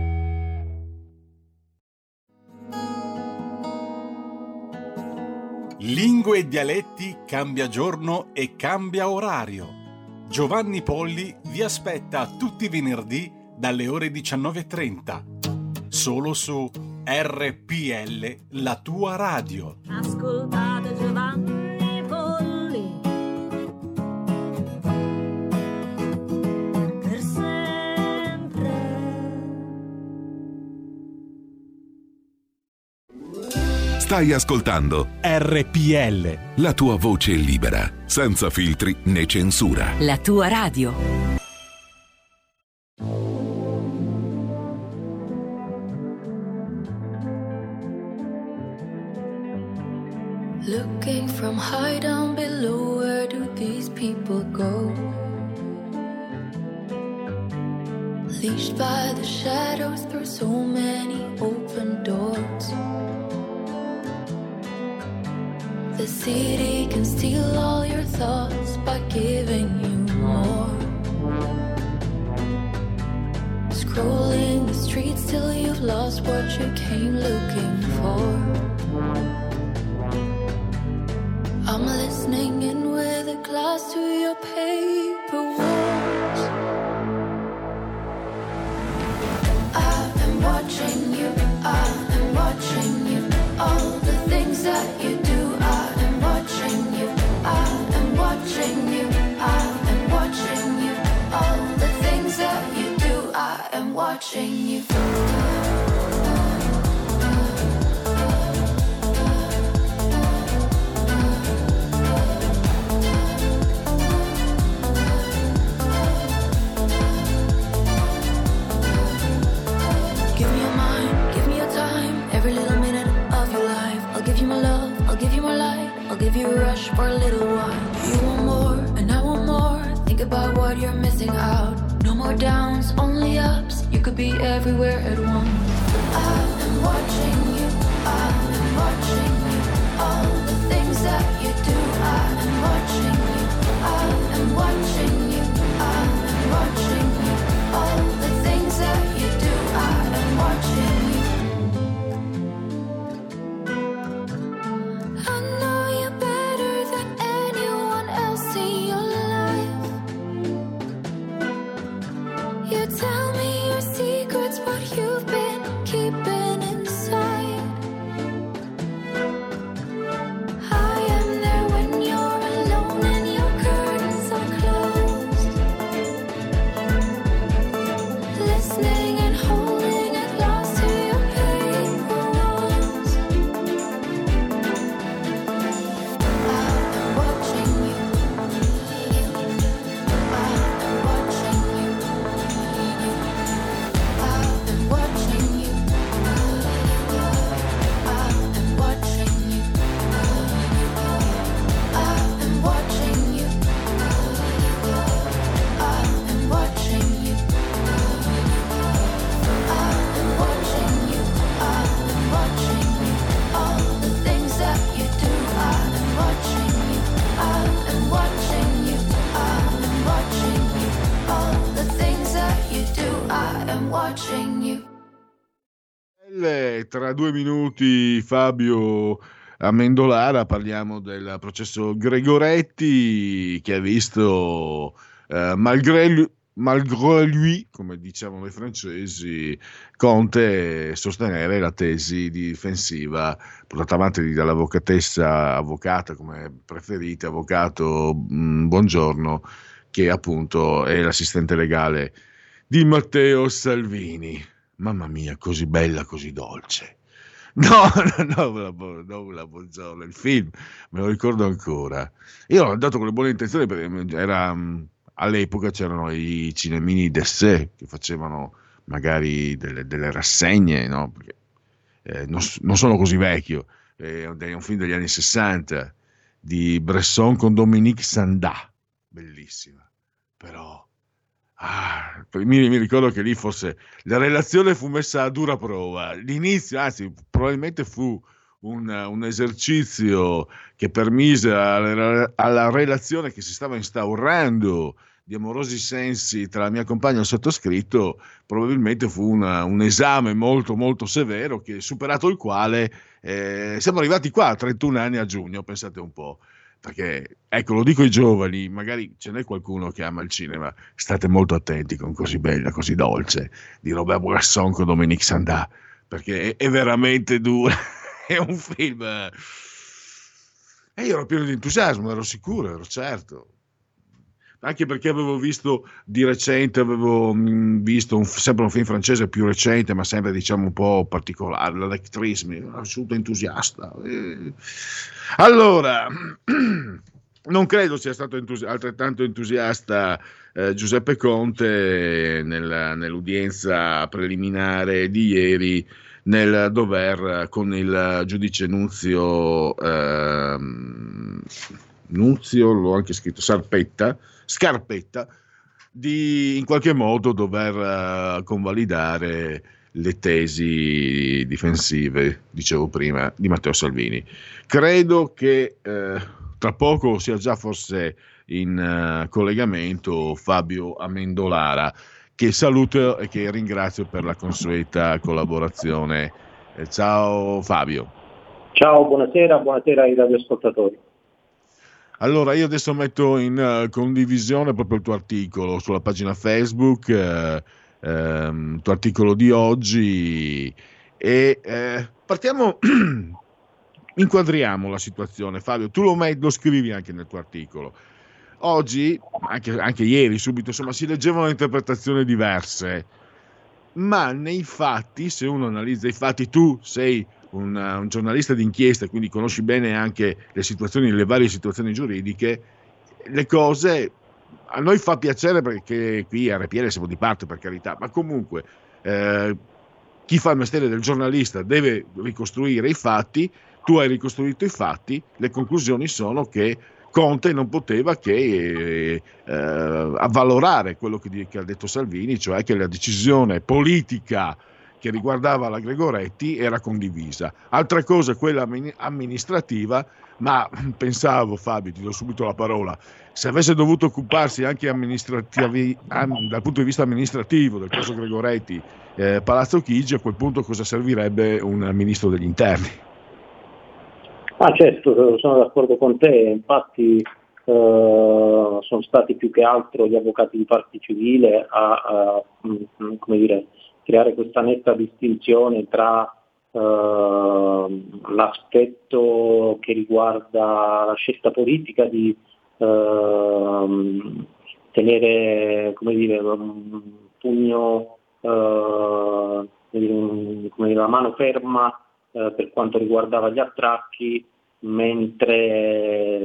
Lingue e dialetti cambia giorno e cambia orario. Giovanni Polli vi aspetta tutti i venerdì dalle ore 19:30, solo su RPL, la tua radio. Ascoltate Giovanni Polli per sempre. Stai ascoltando RPL, la tua voce libera, senza filtri né censura. La tua radio. Looking from high down below, where do these people go? Leashed by the shadows through so many open doors. The city can steal all your thoughts by giving you more. Scrolling the streets till you've lost what you came looking for. I'm listening in with a glass to your paper walls. I am watching you, I am watching you. All the things that you do, I am watching you, I am watching you, I am watching you. All the things that you do, I am watching you. Give you a rush for a little while. You want more and I want more. Think about what you're missing out. No more downs, only ups. You could be everywhere at once. I am watching you, I am watching you. All the things that you do, I am watching you, I am watching you, I am watching you. All the things that you do, I am watching you. Tell me your secrets, what you've been keeping inside. invece tra 2 minuti Fabio Amendolara parliamo del processo Gregoretti, che ha visto malgré lui, come diciamo noi francesi, Conte sostenere la tesi difensiva portata avanti avvocata come preferite, avvocato Buongiorno, che appunto è l'assistente legale di Matteo Salvini. Mamma mia, così bella, così dolce. No, la Buongiorno, il film, me lo ricordo ancora. Io l'ho andato con le buone intenzioni, perché all'epoca c'erano i cinemini d'essai che facevano magari delle rassegne, no? Perché non sono così vecchio, è un film degli anni 60 di Bresson con Dominique Sanda, bellissima, però mi ricordo che lì forse la relazione fu messa a dura prova. L'inizio, anzi, probabilmente fu un esercizio che permise alla relazione che si stava instaurando di amorosi sensi tra la mia compagna e il sottoscritto, probabilmente fu un esame molto molto severo, che superato il quale siamo arrivati qua a 31 anni a giugno, pensate un po'. Perché, ecco, lo dico ai giovani, magari ce n'è qualcuno che ama il cinema, state molto attenti con Così bella, così dolce, di Robert Bresson con Dominique Sanda, perché è veramente duro, è un film. E io ero pieno di entusiasmo, ero sicuro, ero certo. Anche perché avevo visto di recente, sempre un film francese più recente, ma sempre diciamo un po' particolare, l'Actrice, mi ero assoluto entusiasta. Allora, non credo sia stato altrettanto entusiasta Giuseppe Conte nell'udienza preliminare di ieri, nel dover con il giudice Nunzio, l'ho anche scritto, Scarpetta, di in qualche modo dover convalidare le tesi difensive, dicevo prima, di Matteo Salvini. Credo che tra poco sia già forse in collegamento Fabio Amendolara, che saluto e che ringrazio per la consueta collaborazione. Ciao Fabio. Ciao, buonasera ai radioascoltatori. Allora, io adesso metto in condivisione proprio il tuo articolo sulla pagina Facebook, il tuo articolo di oggi, e partiamo, inquadriamo la situazione. Fabio, tu lo scrivi anche nel tuo articolo. Oggi, anche ieri, subito, insomma, si leggevano interpretazioni diverse, ma nei fatti, se uno analizza i fatti, tu sei un giornalista d'inchiesta, quindi conosci bene anche le varie situazioni giuridiche, le cose a noi fa piacere, perché qui a RPL siamo di parte, per carità, ma comunque chi fa il mestiere del giornalista deve ricostruire i fatti. Tu hai ricostruito i fatti, le conclusioni sono che Conte non poteva che avvalorare quello che ha detto Salvini, cioè che la decisione politica che riguardava la Gregoretti era condivisa. Altra cosa è quella amministrativa, ma pensavo, Fabio, ti do subito la parola, se avesse dovuto occuparsi anche dal punto di vista amministrativo del caso Gregoretti, Palazzo Chigi, a quel punto cosa servirebbe un ministro degli interni? Certo, sono d'accordo con te, infatti sono stati più che altro gli avvocati di parte civile a creare questa netta distinzione tra l'aspetto che riguarda la scelta politica di tenere un pugno, la mano ferma per quanto riguardava gli attracchi, mentre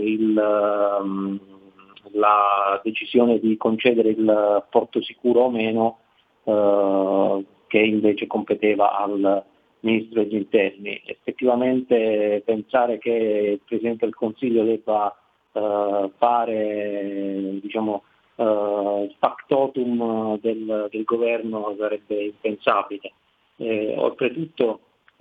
la decisione di concedere il porto sicuro o meno che invece competeva al Ministro degli Interni. Effettivamente pensare che il Presidente del Consiglio debba fare factotum del governo sarebbe impensabile. Oltretutto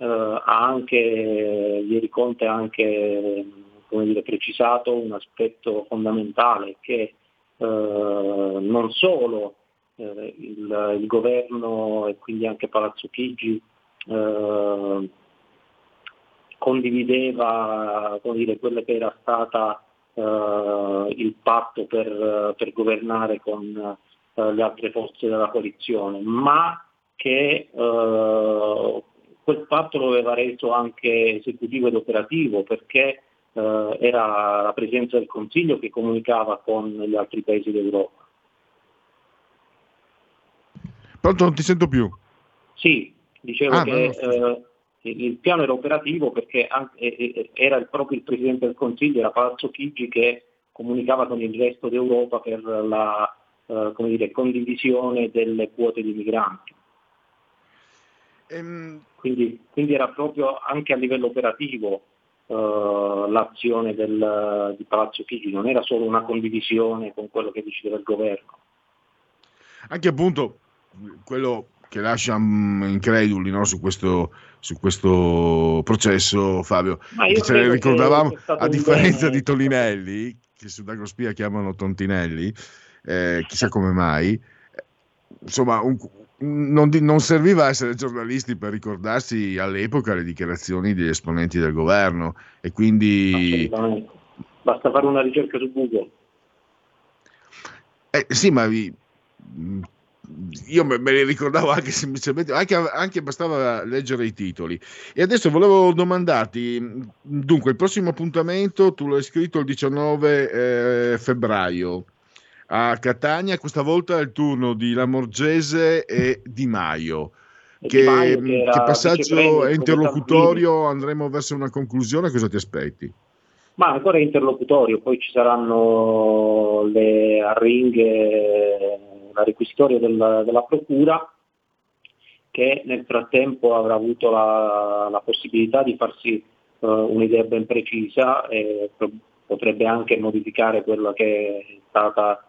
ieri Conte ha anche precisato un aspetto fondamentale, che non solo il governo e quindi anche Palazzo Chigi condivideva, come dire, quello che era stata il patto per governare con le altre forze della coalizione, ma che quel patto lo aveva reso anche esecutivo ed operativo, perché era la Presidenza del Consiglio che comunicava con gli altri paesi d'Europa. Pronto, non ti sento più. Sì, dicevo che il piano era operativo perché era proprio il Presidente del Consiglio, era Palazzo Chigi, che comunicava con il resto d'Europa per la condivisione delle quote di migranti. Quindi era proprio anche a livello operativo l'azione di Palazzo Chigi, non era solo una condivisione con quello che decideva il governo. Anche appunto quello che lascia increduli, no, su questo processo, Fabio, che ce ne ricordavamo, a differenza di Toninelli, che su Dagospia chiamano Tontinelli, chissà come mai. Insomma, non serviva essere giornalisti per ricordarsi all'epoca le dichiarazioni degli esponenti del governo, e quindi basta fare una ricerca su Google. Sì, ma io me li ricordavo anche semplicemente, anche bastava leggere i titoli. E adesso volevo domandarti, dunque, il prossimo appuntamento tu l'hai scritto il 19 febbraio a Catania, questa volta è il turno di Lamorgese e Di Maio. Che passaggio è interlocutorio? Andremo verso una conclusione? Cosa ti aspetti? Ma ancora è interlocutorio, poi ci saranno le arringhe, la requisitoria della procura, che nel frattempo avrà avuto la possibilità di farsi un'idea ben precisa e potrebbe anche modificare quella che è stata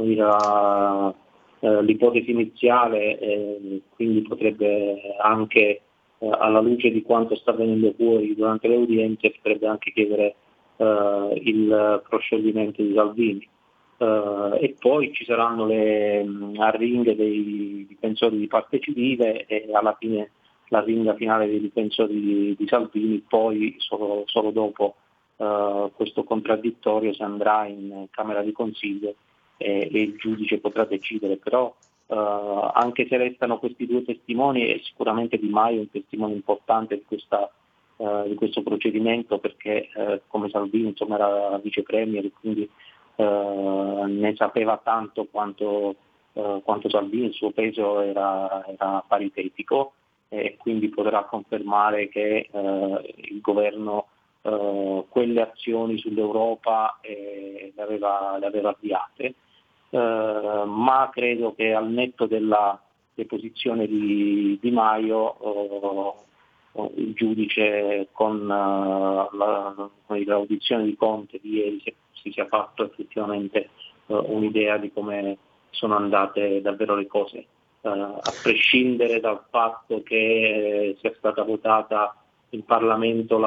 l'ipotesi iniziale, e quindi potrebbe anche, alla luce di quanto sta venendo fuori durante le udienze, potrebbe anche chiedere il proscioglimento di Salvini. E poi ci saranno le arringhe dei difensori di parte civile e alla fine la ringa finale dei difensori di Salvini, poi solo dopo questo contraddittorio si andrà in Camera di Consiglio e il giudice potrà decidere. Però anche se restano questi due testimoni, è sicuramente Di Maio un testimone importante di questo procedimento, perché come Salvini era vice premier e quindi ne sapeva tanto quanto Salvini, il suo peso era paritetico, e quindi potrà confermare che il governo quelle azioni sull'Europa le aveva avviate, ma credo che al netto della deposizione di Di Maio il giudice, con l'audizione di Conte di ieri, si sia fatto effettivamente un'idea di come sono andate davvero le cose, a prescindere dal fatto che sia stata votata in Parlamento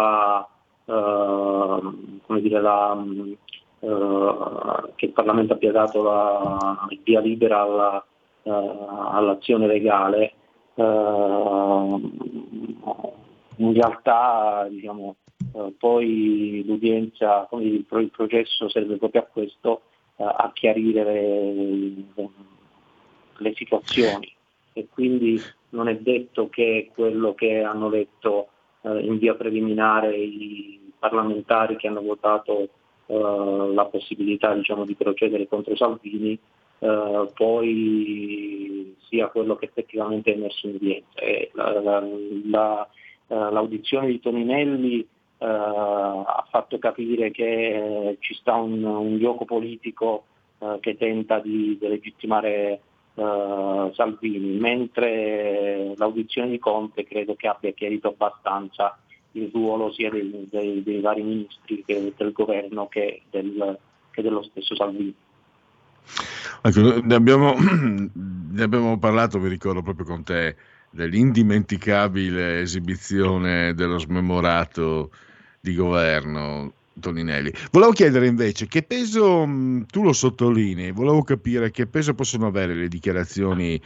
che il Parlamento abbia dato il via libera all'azione legale. In realtà poi l'udienza, il processo serve proprio a questo, a chiarire le situazioni, e quindi non è detto che quello che hanno detto in via preliminare i parlamentari che hanno votato la possibilità di procedere contro Salvini poi sia quello che effettivamente è emerso in udienza. L'audizione di Toninelli ha fatto capire che ci sta un gioco politico che tenta di delegittimare Salvini, mentre l'audizione di Conte credo che abbia chiarito abbastanza il ruolo sia dei vari ministri che del governo che dello stesso Salvini. Ecco, ne abbiamo parlato, vi ricordo, proprio con te, dell'indimenticabile esibizione dello smemorato di governo. Toninelli. Volevo chiedere invece che peso, tu lo sottolinei, volevo capire che peso possono avere le dichiarazioni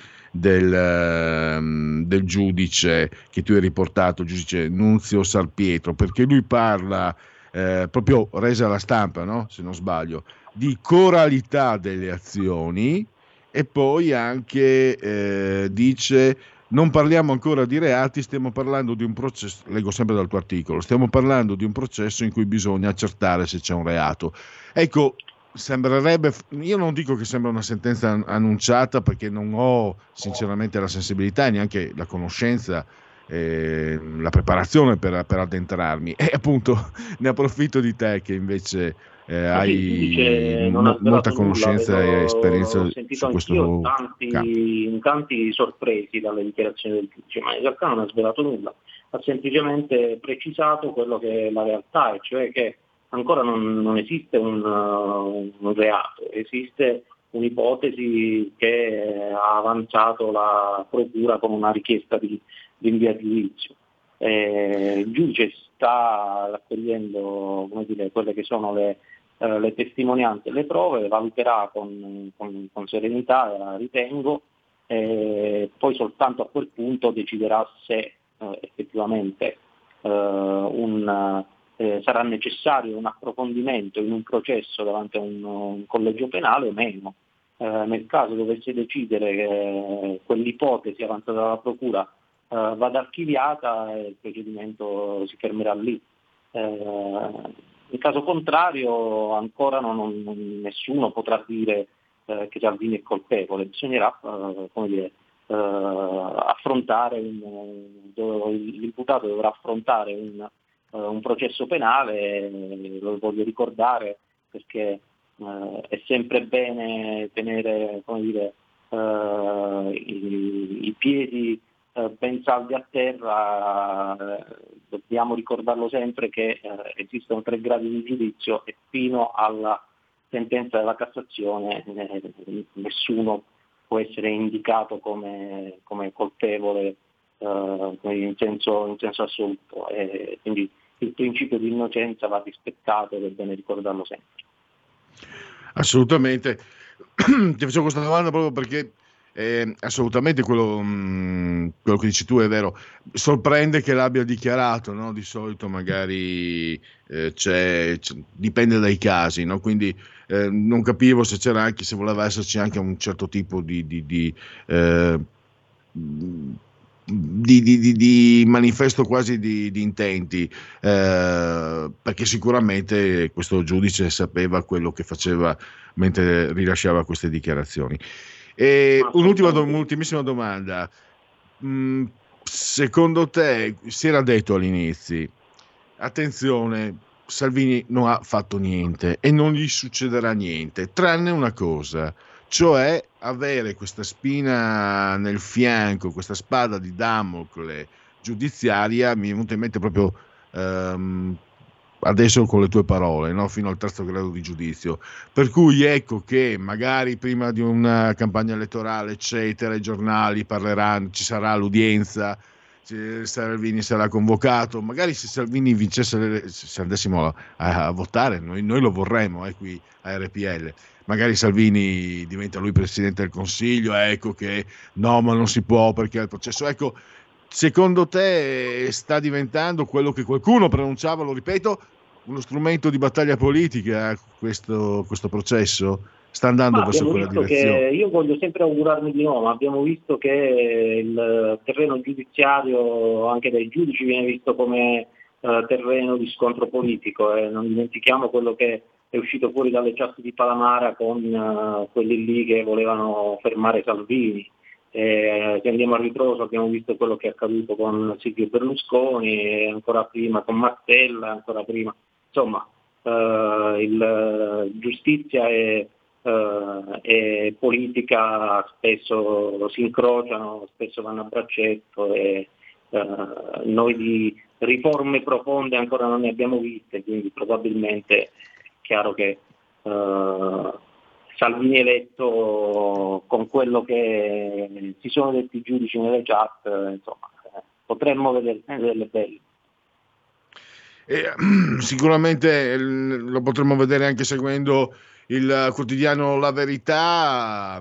del giudice che tu hai riportato, il giudice Nunzio Sarpietro, perché lui parla, proprio resa alla stampa, no? Se non sbaglio, di coralità delle azioni, e poi anche dice: non parliamo ancora di reati, stiamo parlando di un processo, leggo sempre dal tuo articolo, stiamo parlando di un processo in cui bisogna accertare se c'è un reato. Ecco, sembrerebbe, io non dico che sembra una sentenza annunciata, perché non ho sinceramente la sensibilità e neanche la conoscenza, la preparazione per addentrarmi, e appunto ne approfitto di te che invece hai molta conoscenza e esperienza su questo tanti sorpresi dalle dichiarazioni del giudice, ma in realtà non ha svelato nulla, ha semplicemente precisato quello che è la realtà, e cioè che ancora non esiste un reato, esiste un'ipotesi che ha avanzato la procura con una richiesta di invio a giudizio. Il giudice sta raccogliendo, come dire, quelle che sono le testimonianze e le prove, valuterà con serenità, ritengo, e poi soltanto a quel punto deciderà se effettivamente sarà necessario un approfondimento in un processo davanti a un collegio penale o meno. Nel caso dovesse decidere che quell'ipotesi avanzata dalla procura vada archiviata, il procedimento si fermerà lì. In caso contrario ancora nessuno potrà dire che Salvini è colpevole, bisognerà affrontare l'imputato dovrà affrontare un processo penale, lo voglio ricordare perché è sempre bene tenere, i piedi ben saldi a terra. Dobbiamo ricordarlo sempre che esistono 3 gradi di giudizio e fino alla sentenza della Cassazione nessuno può essere indicato come colpevole in senso assoluto, e quindi il principio di innocenza va rispettato ed è bene ricordarlo sempre. Assolutamente. Ti faccio questa domanda proprio perché assolutamente quello che dici tu è vero. Sorprende che l'abbia dichiarato, no? Di solito magari dipende dai casi, no? Quindi non capivo se c'era anche, se voleva esserci anche un certo tipo di manifesto quasi di intenti, perché sicuramente questo giudice sapeva quello che faceva mentre rilasciava queste dichiarazioni. E un'ultimissima domanda: secondo te, si era detto all'inizio, attenzione, Salvini non ha fatto niente e non gli succederà niente, tranne una cosa, cioè avere questa spina nel fianco, questa spada di Damocle giudiziaria. Mi è venuto in mente proprio adesso con le tue parole, no? Fino al 3° grado di giudizio, per cui ecco che magari prima di una campagna elettorale eccetera i giornali parleranno, ci sarà l'udienza, Salvini sarà convocato, magari se Salvini vincesse, se andessimo a votare, noi lo vorremmo qui a RPL, magari Salvini diventa lui Presidente del Consiglio, ecco che no, ma non si può perché è il processo. Ecco, secondo te sta diventando quello che qualcuno pronunciava, lo ripeto, uno strumento di battaglia politica questo processo? Sta andando verso quella direzione? Io voglio sempre augurarmi di no, ma abbiamo visto che il terreno giudiziario anche dai giudici viene visto come terreno di scontro politico, e non dimentichiamo quello che è uscito fuori dalle chat di Palamara con quelli lì che volevano fermare Salvini. Se andiamo a ritroso abbiamo visto quello che è accaduto con Silvio Berlusconi, e ancora prima con Mastella, ancora prima, insomma, giustizia e politica spesso si incrociano, spesso vanno a braccetto, e noi di riforme profonde ancora non ne abbiamo viste, quindi probabilmente è chiaro che Salvini eletto, con quello che si sono detti i giudici nelle chat, insomma, potremmo vedere belle. Sicuramente lo potremo vedere anche seguendo il quotidiano La Verità,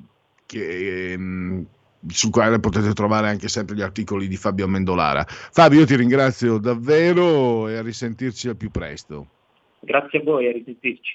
sul quale potete trovare anche sempre gli articoli di Fabio Amendolara. Fabio, io ti ringrazio davvero e a risentirci al più presto. Grazie a voi, a risentirci.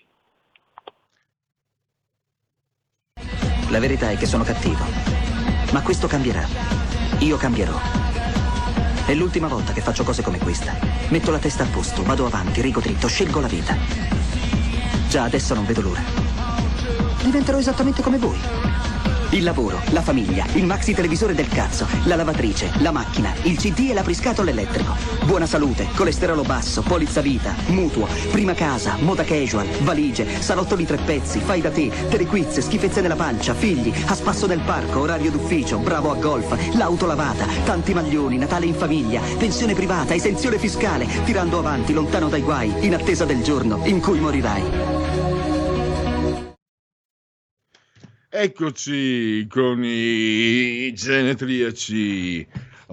La verità è che sono cattivo, ma questo cambierà. Io cambierò. È l'ultima volta che faccio cose come questa. Metto la testa a posto, vado avanti, rigo dritto, scelgo la vita. Già adesso non vedo l'ora. Diventerò esattamente come voi. Il lavoro, la famiglia, il maxi televisore del cazzo, la lavatrice, la macchina, il CD e l'apriscatole elettrico. Buona salute, colesterolo basso, polizza vita, mutuo, prima casa, moda casual, valigie, salottoli 3 pezzi, fai da te, telequiz, schifezze nella pancia, figli, a spasso nel parco, orario d'ufficio, bravo a golf, l'auto lavata, tanti maglioni, Natale in famiglia, pensione privata, esenzione fiscale, tirando avanti, lontano dai guai, in attesa del giorno in cui morirai. Eccoci con i genetriaci,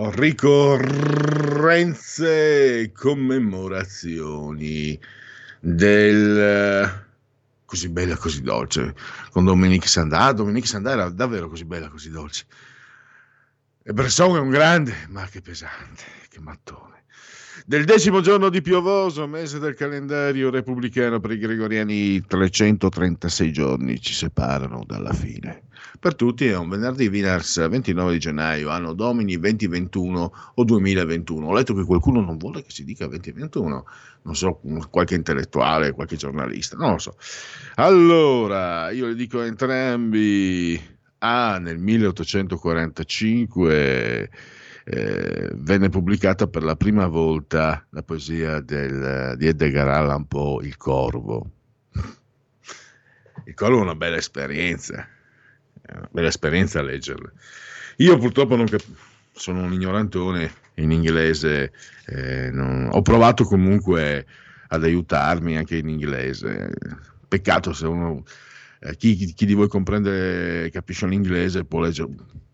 ricorrenze, commemorazioni del Così bella, così dolce, con Dominique Sanda. Dominique Sanda era davvero così bella, così dolce. E Bresson è un grande, ma che pesante, che mattone. Del 10° giorno di piovoso, mese del calendario repubblicano per i gregoriani, 336 giorni ci separano dalla fine. Per tutti è un venerdì, Vinars 29 di gennaio, anno domini 2021 o 2021. Ho letto che qualcuno non vuole che si dica 2021, non so, qualche intellettuale, qualche giornalista, non lo so. Allora, io le dico a entrambi, nel 1845 venne pubblicata per la prima volta la poesia di Edgar Allan Poe, Il Corvo. Il Corvo è una bella esperienza a leggerla. Io purtroppo sono un ignorantone in inglese, ho provato comunque ad aiutarmi anche in inglese. Peccato se uno chi di voi comprende, capisce l'inglese, può leggere,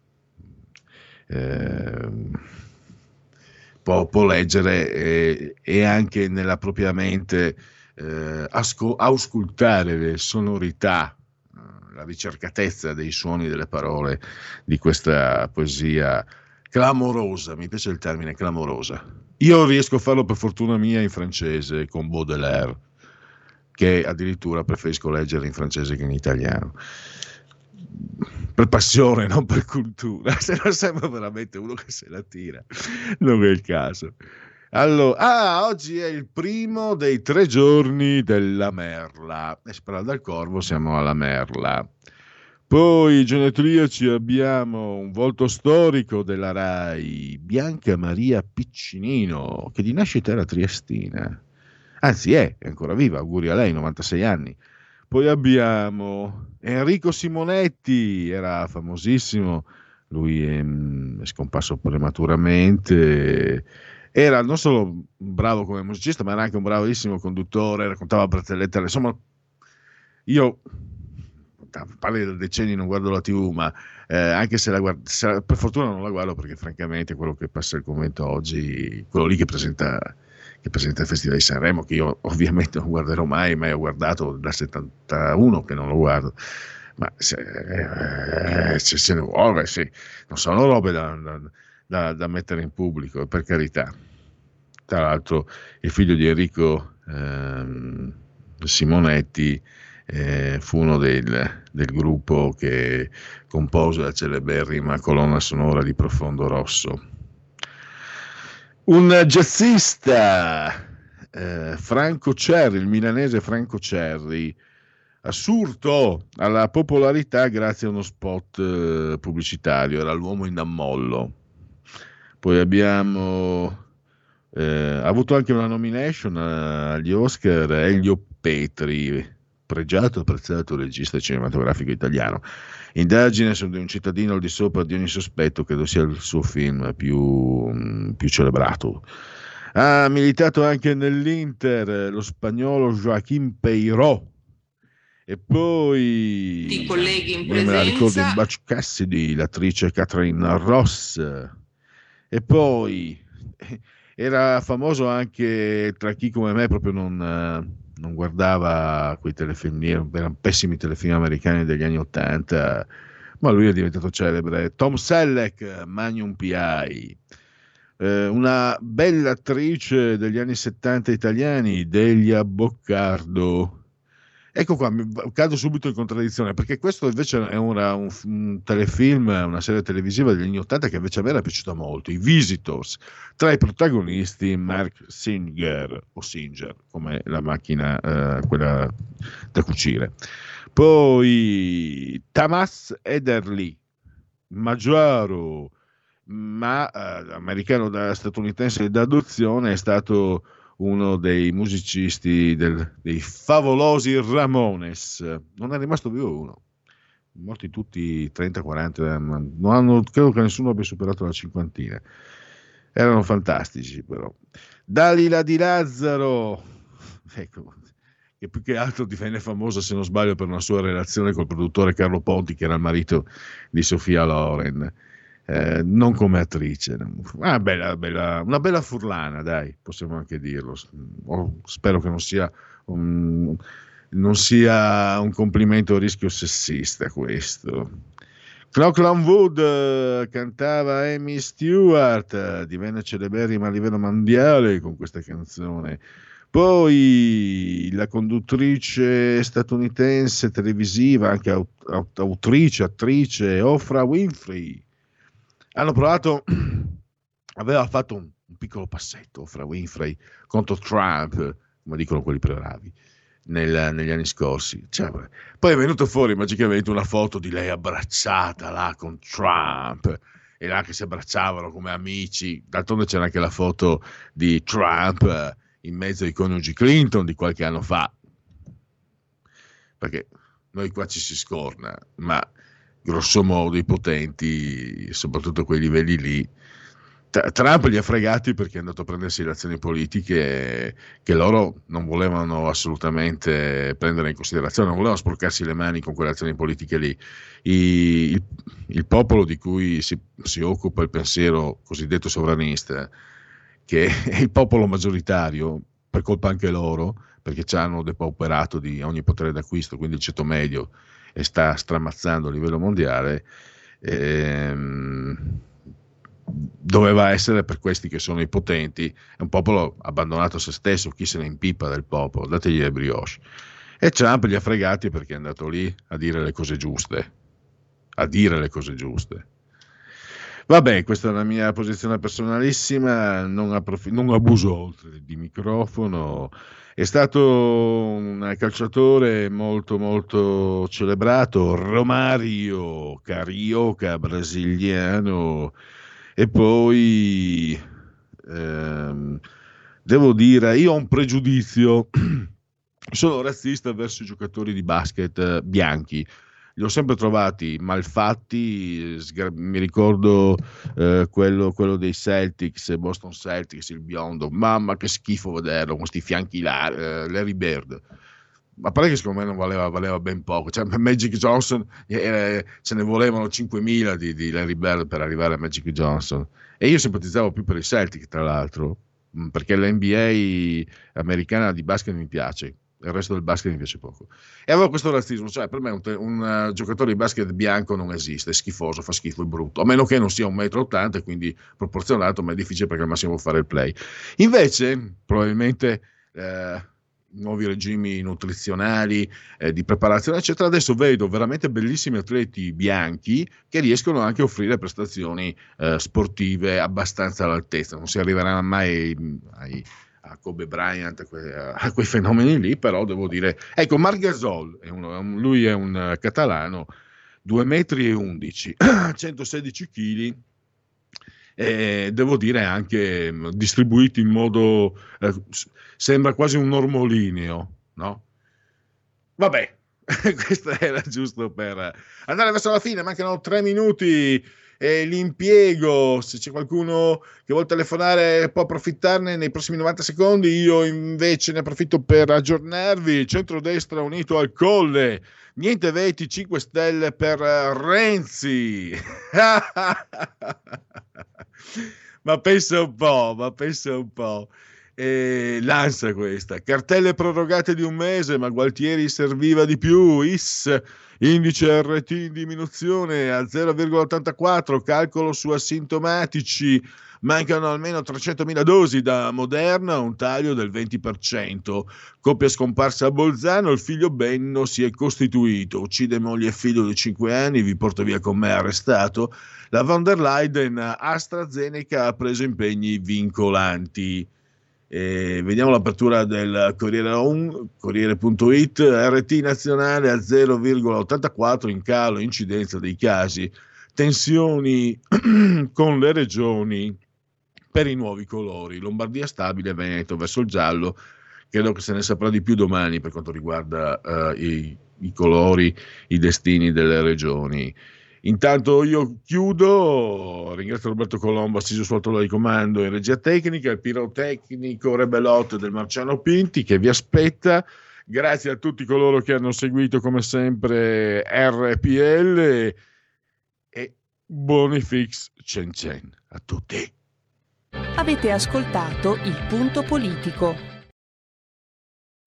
può leggere e anche nella propria mente auscultare le sonorità, la ricercatezza dei suoni delle parole di questa poesia clamorosa. Mi piace il termine clamorosa. Io riesco a farlo per fortuna mia in francese con Baudelaire, che addirittura preferisco leggere in francese che in italiano. Per passione, non per cultura. Se no sembra veramente uno che se la tira. Non è il caso. Allora, oggi è il primo dei 3 giorni della merla. E sparando dal corvo siamo alla merla. Poi, genetriaci, abbiamo un volto storico della Rai, Bianca Maria Piccinino, che di nascita era triestina. Anzi, è ancora viva, auguri a lei, 96 anni. Poi abbiamo Enrico Simonetti, era famosissimo, lui è scomparso prematuramente, era non solo bravo come musicista, ma era anche un bravissimo conduttore, raccontava barzellette, insomma, io parli da decenni non guardo la TV, ma anche se per fortuna non la guardo, perché francamente quello che passa il commento oggi, quello lì che presenta il Festival di Sanremo, che io ovviamente non guarderò mai ho guardato dal 71 che non lo guardo, ma se ne vuole, sì, non sono robe da mettere in pubblico, per carità. Tra l'altro il figlio di Enrico Simonetti fu uno del gruppo che compose la celeberrima colonna sonora di Profondo Rosso. Un jazzista, Franco Cerri, il milanese Franco Cerri, assurto alla popolarità grazie a uno spot pubblicitario, era l'uomo in ammollo. Poi abbiamo avuto anche una nomination agli Oscar, Elio Petri, pregiato e apprezzato regista cinematografico italiano. Indagine su un cittadino al di sopra di ogni sospetto, credo sia il suo film più celebrato. Ha militato anche nell'Inter lo spagnolo Joaquín Peiró. E poi i colleghi in me la ricordo presenza, in Butch Cassidy, l'attrice Catherine Ross. E poi Era famoso anche tra chi come me proprio non guardava quei telefilm, erano pessimi telefilm americani degli anni '80, ma lui è diventato celebre. Tom Selleck, Magnum P.I., una bella attrice degli anni '70 italiani, Delia Boccardo. Ecco qua, cado subito in contraddizione, perché questo invece è un telefilm, una serie televisiva degli anni '80 che invece a me era piaciuta molto, I Visitors, tra i protagonisti Mark Singer, o Singer, come la macchina, quella da cucire. Poi Tamas Ederle, Maggiaro, ma americano statunitense d'adozione, è stato uno dei musicisti dei favolosi Ramones. Non è rimasto vivo uno, morti tutti 30-40, credo che nessuno abbia superato la cinquantina. Erano fantastici, però. Dalila Di Lazzaro, ecco, che più che altro divenne famosa, se non sbaglio, per una sua relazione col produttore Carlo Ponti, che era il marito di Sofia Loren. Non come attrice, una bella furlana, dai, possiamo anche dirlo. Spero che non sia un complimento a rischio sessista questo. Clockland Wood, cantava Amy Stewart, divenne celeberrima a livello mondiale con questa canzone. Poi la conduttrice statunitense televisiva, anche autrice, attrice, Oprah Winfrey. Hanno provato, aveva fatto un piccolo passetto Oprah Winfrey contro Trump, come dicono quelli bravi, negli anni scorsi. Poi è venuto fuori magicamente una foto di lei abbracciata là con Trump, e là che si abbracciavano come amici. D'altronde c'era anche la foto di Trump in mezzo ai coniugi Clinton di qualche anno fa, perché noi qua ci si scorna, ma grosso modo i potenti, soprattutto a quei livelli lì, Trump li ha fregati perché è andato a prendersi le azioni politiche che loro non volevano assolutamente prendere in considerazione, non volevano sporcarsi le mani con quelle azioni politiche lì. Il popolo di cui si occupa il pensiero cosiddetto sovranista, che è il popolo maggioritario, per colpa anche loro, perché ci hanno depauperato di ogni potere d'acquisto, quindi il ceto medio, e sta stramazzando a livello mondiale, doveva essere per questi che sono i potenti. È un popolo abbandonato a se stesso, chi se ne impipa del popolo, dategli le brioche. E Trump li ha fregati perché è andato lì a dire le cose giuste, Vabbè, questa è la mia posizione personalissima, non abuso oltre di microfono. È stato un calciatore molto molto celebrato, Romario, carioca brasiliano. E poi devo dire, io ho un pregiudizio, sono razzista verso i giocatori di basket bianchi. Li ho sempre trovati malfatti, mi ricordo quello dei Celtics, Boston Celtics, il biondo, mamma che schifo vederlo, con questi fianchi là, Larry Bird. Ma pare che secondo me non valeva ben poco, cioè Magic Johnson, ce ne volevano 5.000 di Larry Bird per arrivare a Magic Johnson. E io simpatizzavo più per i Celtics, tra l'altro, perché l'NBA americana di basket mi piace. Il resto del basket mi piace poco, e avevo questo razzismo, cioè per me un giocatore di basket bianco non esiste, è schifoso, fa schifo, è brutto, a meno che non sia 1,80 m e quindi proporzionato, ma è difficile perché al massimo può fare il play. Invece probabilmente nuovi regimi nutrizionali, di preparazione eccetera, adesso vedo veramente bellissimi atleti bianchi che riescono anche a offrire prestazioni sportive abbastanza all'altezza. Non si arriverà mai a Kobe Bryant, a quei fenomeni lì, però devo dire, ecco, Marc Gasol lui è un catalano, 2,11 m, 116 kg, e devo dire anche distribuiti in modo sembra quasi un normolineo, no? Vabbè, questo era giusto per andare verso la fine, mancano 3 minuti. E l'impiego, se c'è qualcuno che vuole telefonare può approfittarne nei prossimi 90 secondi, io invece ne approfitto per aggiornarvi. Centrodestra unito al Colle, niente veti, 5 stelle per Renzi. Ma pensa un po'. L'ansia questa. Cartelle prorogate di un mese, ma Gualtieri serviva di più. Indice RT in diminuzione a 0,84, calcolo su asintomatici. Mancano almeno 300.000 dosi da Moderna, un taglio del 20%. Coppia scomparsa a Bolzano, il figlio Benno si è costituito. Uccide moglie e figlio di 5 anni, vi porto via con me arrestato. La von der Leyen, AstraZeneca ha preso impegni vincolanti. Vediamo l'apertura del Corriere.it. RT nazionale a 0,84, in calo incidenza dei casi, tensioni con le regioni per i nuovi colori, Lombardia stabile, Veneto verso il giallo. Credo che se ne saprà di più domani per quanto riguarda i colori, i destini delle regioni. Intanto io chiudo, ringrazio Roberto Colombo, assiso sul tavolo di comando in regia tecnica, il pirotecnico Rebelotto del Marciano Pinti che vi aspetta. Grazie a tutti coloro che hanno seguito come sempre RPL e buoni fix Cen Cen a tutti. Avete ascoltato Il Punto Politico.